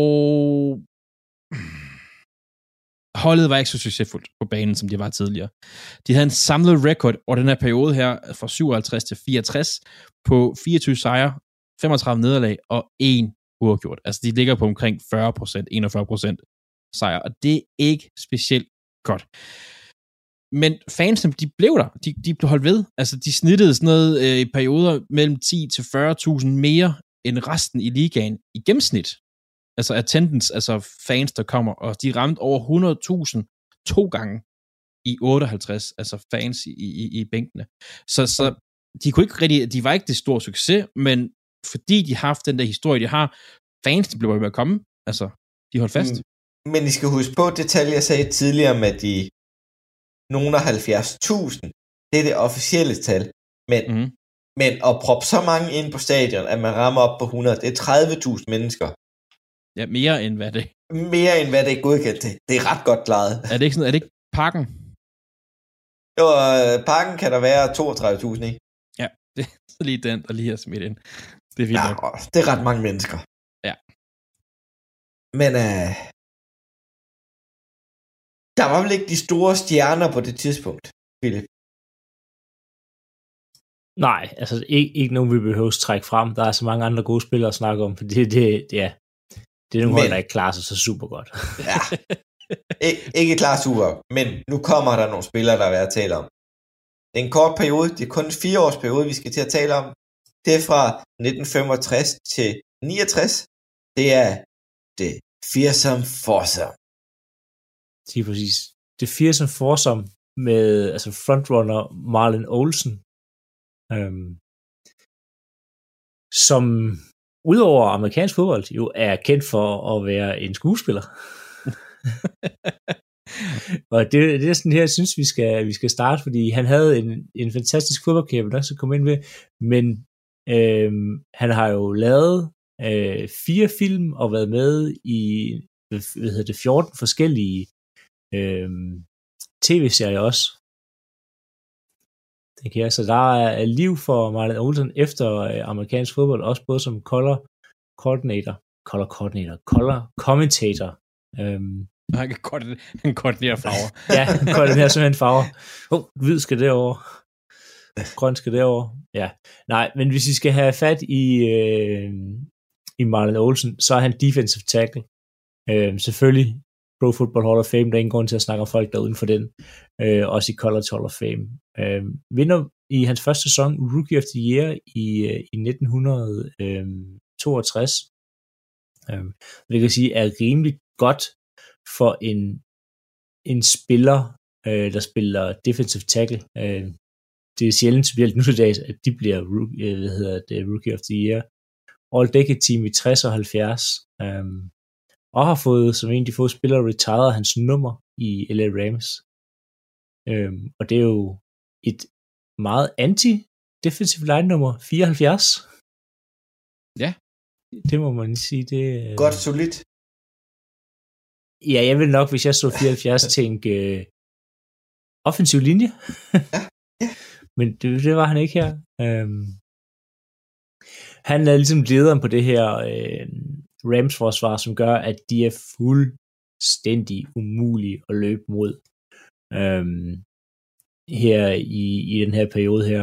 holdet var ikke så succesfuldt på banen, som de var tidligere. De havde en samlet record over den her periode her, fra syvoghalvtreds til fireogtres, på fireogtyve sejre, femogtredive nederlag og en uafgjort. Altså, de ligger på omkring fyrre procent, enogfyrre procent sejre, og det er ikke specielt godt. Men fansene, de blev der. De, de blev holdt ved. Altså, de snittede sådan noget øh, i perioder mellem ti til fyrre tusind mere end resten i ligaen i gennemsnit. Altså attendance, altså fans, der kommer, og de ramte over hundrede tusind to gange i otteoghalvtreds, altså fans i, i, i bænkene. Så, så de kunne ikke rigtig, de var ikke det store succes, men fordi de har haft den der historie, de har, fans, de blev ved at komme, altså, de holdt fast. Men I skal huske på det tal, jeg sagde tidligere med de nogle af halvfjerds tusind, det er det officielle tal, men, mm. men at proppe så mange ind på stadion, at man rammer op på hundrede, det er tredive tusind mennesker. Ja, mere end hvad det Mere end hvad det er godkendt til. Det er ret godt klaret. Er det ikke sådan, er det ikke Parken? Jo, Parken kan der være toogtredive tusind i. Ja, det er lige den, der lige er smidt ind. Det er vildt ja, nok. Det er ret mange mennesker. Ja. Men øh, der var vel ikke de store stjerner på det tidspunkt, Philip? Nej, altså ikke, ikke nogen, vi behøver at trække frem. Der er så mange andre gode spillere at snakke om, for det, det, det er Det er nogle hold, der ikke klarer sig så super godt. ja, Ik- ikke klar super, men nu kommer der nogle spillere, der er værd at tale om. Det er en kort periode, det er kun en fire års periode, vi skal til at tale om. Det er fra nitten femogtres til niogtres. Det er det fearsome foursome. Det er præcis. Det fearsome foursome med altså frontrunner Marlon Olsen, øhm, som udover amerikansk fodbold, jo er kendt for at være en skuespiller. Og det, det er sådan her, jeg synes, vi skal, vi skal starte, fordi han havde en, en fantastisk fodboldkarriere, der så komme ind ved, men øh, han har jo lavet øh, fire film og været med i hvad hedder det, fjorten forskellige øh, tv-serier også. Okay, så der er liv for Marlon Olsen efter øh, amerikansk fodbold, også både som color coordinator, color coordinator, color commentator. Øhm, Han kan koordinere farver. Ja, han koordinerer simpelthen farver. Åh, oh, hvid skal derover, grøn skal derover. Ja, nej, men hvis I skal have fat i, øh, i Marlon Olsen, så er han defensive tackle. Øh, selvfølgelig Pro Football Hall of Fame, der er ingen grund til at snakke om folk der uden for den. Øh, også i College Hall of Fame. Øh, vinder i hans første sæson Rookie of the Year i, øh, i nitten toogtres. Øh, det kan sige er rimelig godt for en, en spiller, øh, der spiller defensive tackle. Øh, det er sjældent, specielt nu til dags, at de bliver rookie, øh, hvad hedder det, Rookie of the Year. All-Decade Team i tres og halvfjerds. Øh, og har fået, som en af de få spillere, retired hans nummer i L A Rams. Øhm, og det er jo et meget anti-defensive line nummer fireoghalvfjerds. Ja. Det må man sige. Det, Godt solidt. Ja, jeg vil nok, hvis jeg så fireoghalvfjerds, tænke øh, offensiv linje. Ja. Ja. Men det, det var han ikke her. Øhm, han er ligesom lederen på det her øh, Rams-forsvar, som gør, at de er fuldstændig umulige at løbe mod øhm, her i, i den her periode her.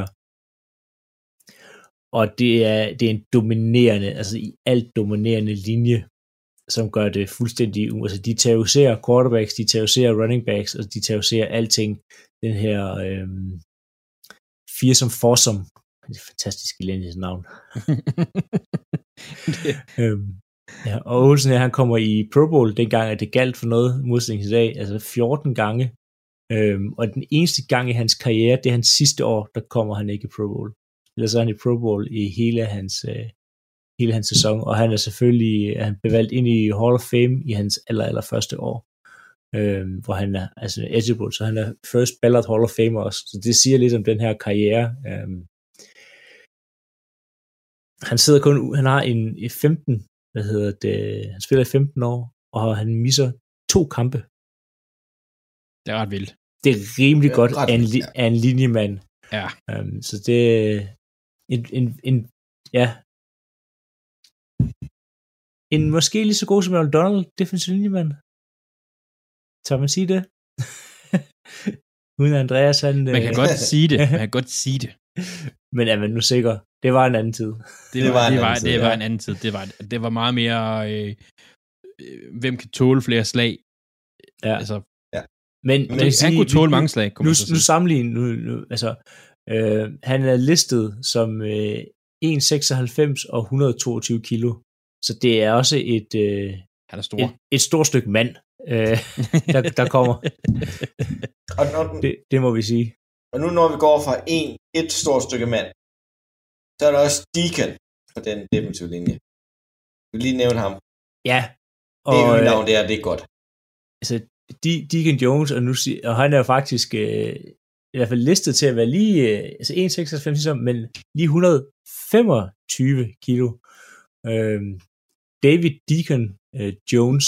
Og det er, det er en dominerende, altså i alt dominerende linje, som gør det fuldstændig, altså de terroriserer quarterbacks, de terroriserer running backs, og de terroriserer alting. Den her øhm, fearsome foursome, det er fantastisk elendigt navn. øhm, Ja, og Olsen her, han kommer i Pro Bowl, dengang at det galt for noget modsætning i dag, altså fjorten gange, øhm, og den eneste gang i hans karriere, det er hans sidste år, der kommer han ikke i Pro Bowl. Ellers er han i Pro Bowl i hele hans, øh, hele hans sæson, og han er selvfølgelig er han bevalgt ind i Hall of Fame i hans aller, aller første år, øhm, hvor han er altså eligible, så han er first ballot Hall of Famer også, så det siger lidt om den her karriere. Øhm, han sidder kun, han har en, en femten hvad hedder det, han spiller i femten år, og han misser to kampe. Det er ret vildt. Det er rimelig ja, godt af en, vildt, ja. af en linjemand. Ja. Um, så det er en, en, en, ja, en måske lige så god som Aaron Donald, defensive linjemand. Tør man sige det? Uden Andreas, han... Man kan øh... godt sige det. Man kan godt sige det. Men er man nu sikker? Det var en anden tid. Det var, det var, det var, tid, det var ja. en anden tid. Det var, det var meget mere, øh, hvem kan tåle flere slag? Ja. Altså, ja. Men, men det, sige, han kunne tåle vi, mange slag. Nu, nu sammenligner nu, nu, altså, øh, han er listet som øh, en komma seksoghalvfems og et hundrede og toogtyve kilo. Så det er også et, øh, han er stor. et, et stort stykke mand, øh, der, der kommer. og når, det, det må vi sige. Og nu når vi går fra en, et stort stykke mand, så er der også Deacon på den defensive linje. Jeg vil lige nævne ham. Ja. Og, det er jo navn, det er, det er godt. Altså, De- Deacon Jones, og, nu, og han er jo faktisk øh, i hvert fald listet til at være lige, øh, altså en komma seksoghalvfems, men lige et hundrede og femogtyve kilo. Øh, David Deacon øh, Jones,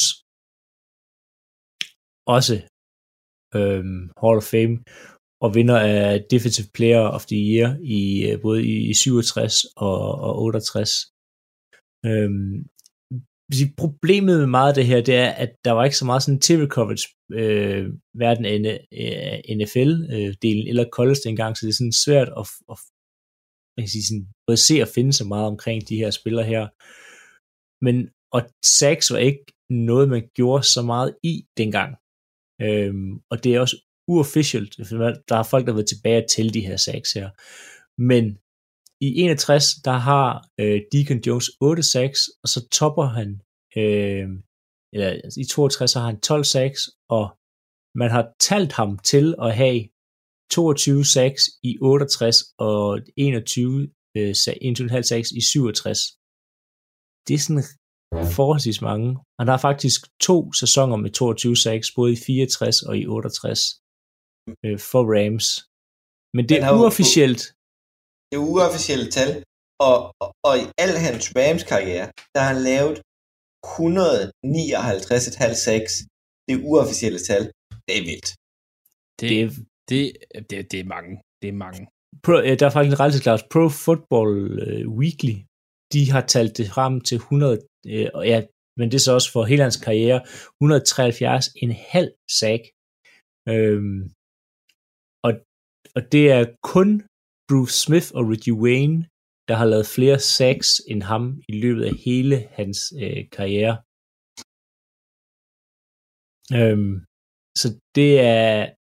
også øh, Hall of Fame, og vinder af Defensive Player of the Year i uh, både i syvogtres og, og otteogtres. Øhm, problemet med meget af det her, det er, at der var ikke så meget sådan T V-coverage øh, hverken af N F L-delen eller college dengang, så det er sådan svært at, at man kan sige, sådan, både se og finde så meget omkring de her spillere her. Men, og sacks var ikke noget, man gjorde så meget i dengang. Øhm, og det er også uofficielt, der er folk, der har været tilbage at tælle de her sacks her. Men i enogtres, der har øh, Deacon Jones otte sacks, og så topper han, øh, eller altså, i toogtres har han tolv sacks, og man har talt ham til at have toogtyve sacks i otteogtres, og enogtyve, øh, enogtyve komma fem sacks i syvogtres. det er sådan forholdsvis mange. Han har faktisk to sæsoner med toogtyve sacks, både i fireogtres og i otteogtres øh, for Rams. Men det er uofficielt. Det er uofficielle tal, og, og, og i al hans Rams-karriere, der har han lavet et hundrede nioghalvtreds komma fem sacks. Det er uofficielle tal. Det er vildt. Det, det, det, det, det er mange. Det er mange. Pro, der er faktisk ret klart. Pro Football Weekly, de har talt det frem til hundrede, øh, ja, men det er så også for hele hans karriere, et hundrede treoghalvfjerds komma fem sack. Øhm, og, og det er kun Bruce Smith og Reggie Wayne, der har lavet flere sacks end ham i løbet af hele hans øh, karriere. Øhm, så det er,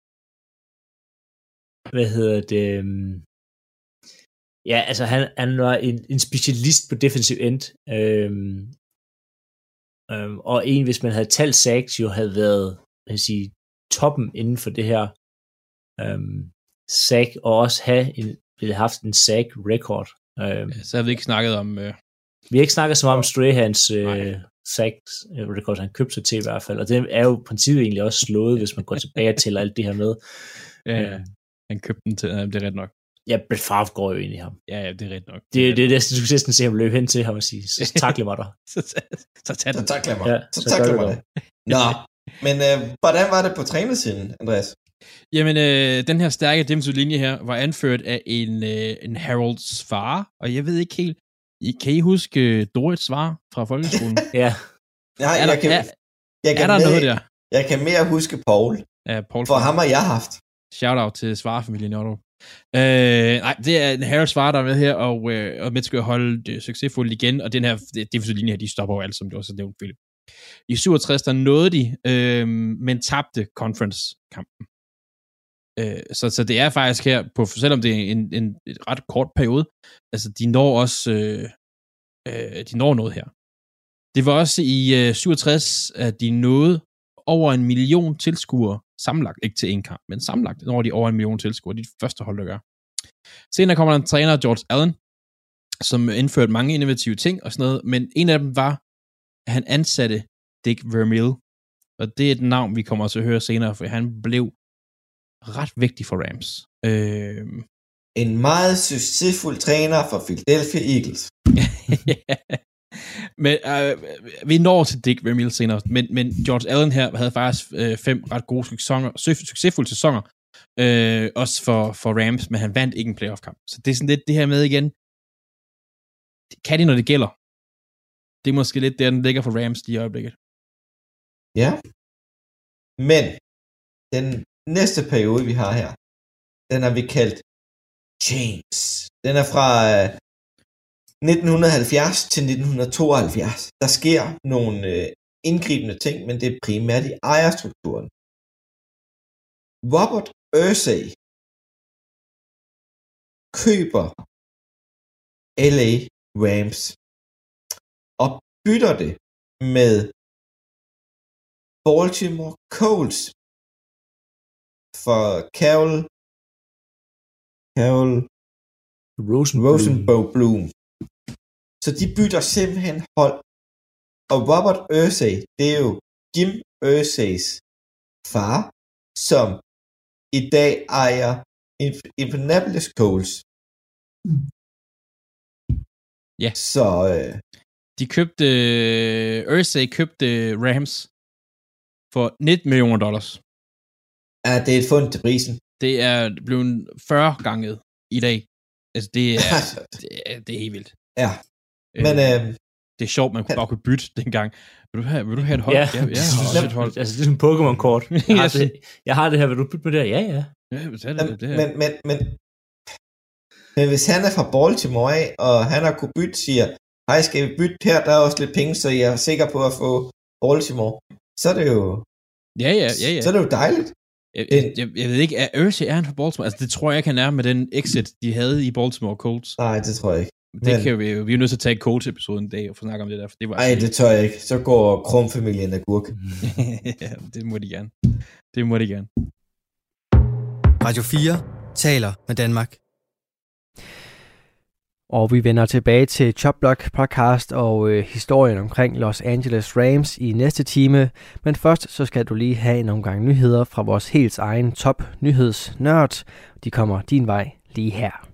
hvad hedder det, øhm, ja, altså han, han var en, en specialist på defensive end, øhm, øhm, og en, hvis man havde talt sacks, jo havde været, hvad jeg sige, toppen inden for det her øhm, sack, og også have en, ville have haft en sack record. Øhm, ja, så har vi ikke snakket om... Øh... Vi har ikke snakket så meget om Strahans øh, sacks record, han købte sig til i hvert fald, og det er jo i princippet egentlig også slået, hvis man går tilbage og tæller alt det her med. Ja, ja. Han købte den til, det er ret nok. Ja, Brett Favre går jo ind i ham. Ja, ja, det er ret nok. Det, det, det er det, du kan næsten se ham løbe hen til ham og sige, så takle mig der. så, så tag den. Så takle mig. Ja, så så takle mig det. Nå, men øh, hvordan var det på trænersiden, Andreas? Jamen, øh, den her stærke defensive linje her var anført af en, øh, en Harolds far, og jeg ved ikke helt, kan I huske uh, Dorits svar fra folkeskolen? Ja. Nej, er der, jeg kan, er, jeg kan er der mere, noget der? Jeg kan mere huske Paul. Ja, Paul for ham har jeg haft. Shout-out til svarfamilien Otto. Øh, nej, det er en Harolds far, der er med her, og, øh, og med skal holde det succesfuldt igen, og den her defensive linje her, de stopper jo alt, som du også har nævnt, Philip. I syvogtres, der nåede de, øh, men tabte conference-kampen. Øh, så, så det er faktisk her, på, selvom det er en, en, en ret kort periode, altså de når også, øh, øh, de når noget her. Det var også i øh, syvogtres, at de nåede over en million tilskuere sammenlagt, ikke til en kamp, men sammenlagt når de over en million tilskuere, de første hold, der gør. Senere kommer der en træner, George Allen, som indførte mange innovative ting og sådan noget, men en af dem var, at han ansatte Dick Vermeil, og det er et navn, vi kommer til at høre senere, for han blev ret vigtig for Rams. Øh... En meget succesfuld træner for Philadelphia Eagles. Men øh, vi når til Dick Vermeil senere, men, men George Allen her havde faktisk øh, fem ret gode sæsoner, succesfulde sæsoner, øh, også for, for Rams, men han vandt ikke en playoff-kamp. Så det er sådan lidt det her med igen, kan de, når det gælder? Det er måske lidt der, den ligger for Rams i øjeblikket. Ja, men den næste periode, vi har her, den har vi kaldt James. Den er fra øh, nitten halvfjerds til nitten tooghalvfjerds. Der sker nogle øh, indgribende ting, men det er primært i ejerstrukturen. Robert Irsay køber L A Rams og bytter det med Baltimore Colts for Carol Carol Rosenblum. Rosenblum. Så de bytter simpelthen hold. Og Robert Irsay, det er jo Jim Irsays far, som i dag ejer Indianapolis Colts. Ja. Så øh, de købte uh, Irsay købte Rams for nitten millioner dollars. Ja, det er et fund til prisen. Det er blevet fyrre ganget i dag. Altså, det er, det er, det er helt vildt. Ja, men... Øh, det er sjovt, man kunne bare kunne bytte dengang. Vil du have, vil du have et hold? Ja, ja, ja jeg har også et hold. Altså, det er sådan en Pokémon-kort. Jeg har, det, jeg har det her, vil du bytte med det her? Ja, ja. ja det, men, det her. Men, men, men, men hvis han er fra Baltimore af, og han har kunne bytte, siger, hej, skal vi bytte her? Der er også lidt penge, så jeg er sikker på at få Baltimore. Så er det jo... Ja, ja, ja, ja. Så er det jo dejligt. Jeg, jeg, jeg, jeg ved ikke, er Irsay er han fra Baltimore? Altså, det tror jeg ikke, han er med den exit, de havde i Baltimore Colts. Nej, det tror jeg ikke. Det men, kan vi jo, vi er nødt til at tage Colts-episoden en dag og få snakke om det der. For det var nej, det tør jeg ikke. Så går Krum-familien af gurk. ja, det må de gerne. Det må de gerne. Radio fire taler med Danmark. Og vi vender tilbage til Chop Block podcast og øh, historien omkring Los Angeles Rams i næste time. Men først så skal du lige have en omgang nyheder fra vores helt egen top nyhedsnørd. De kommer din vej lige her.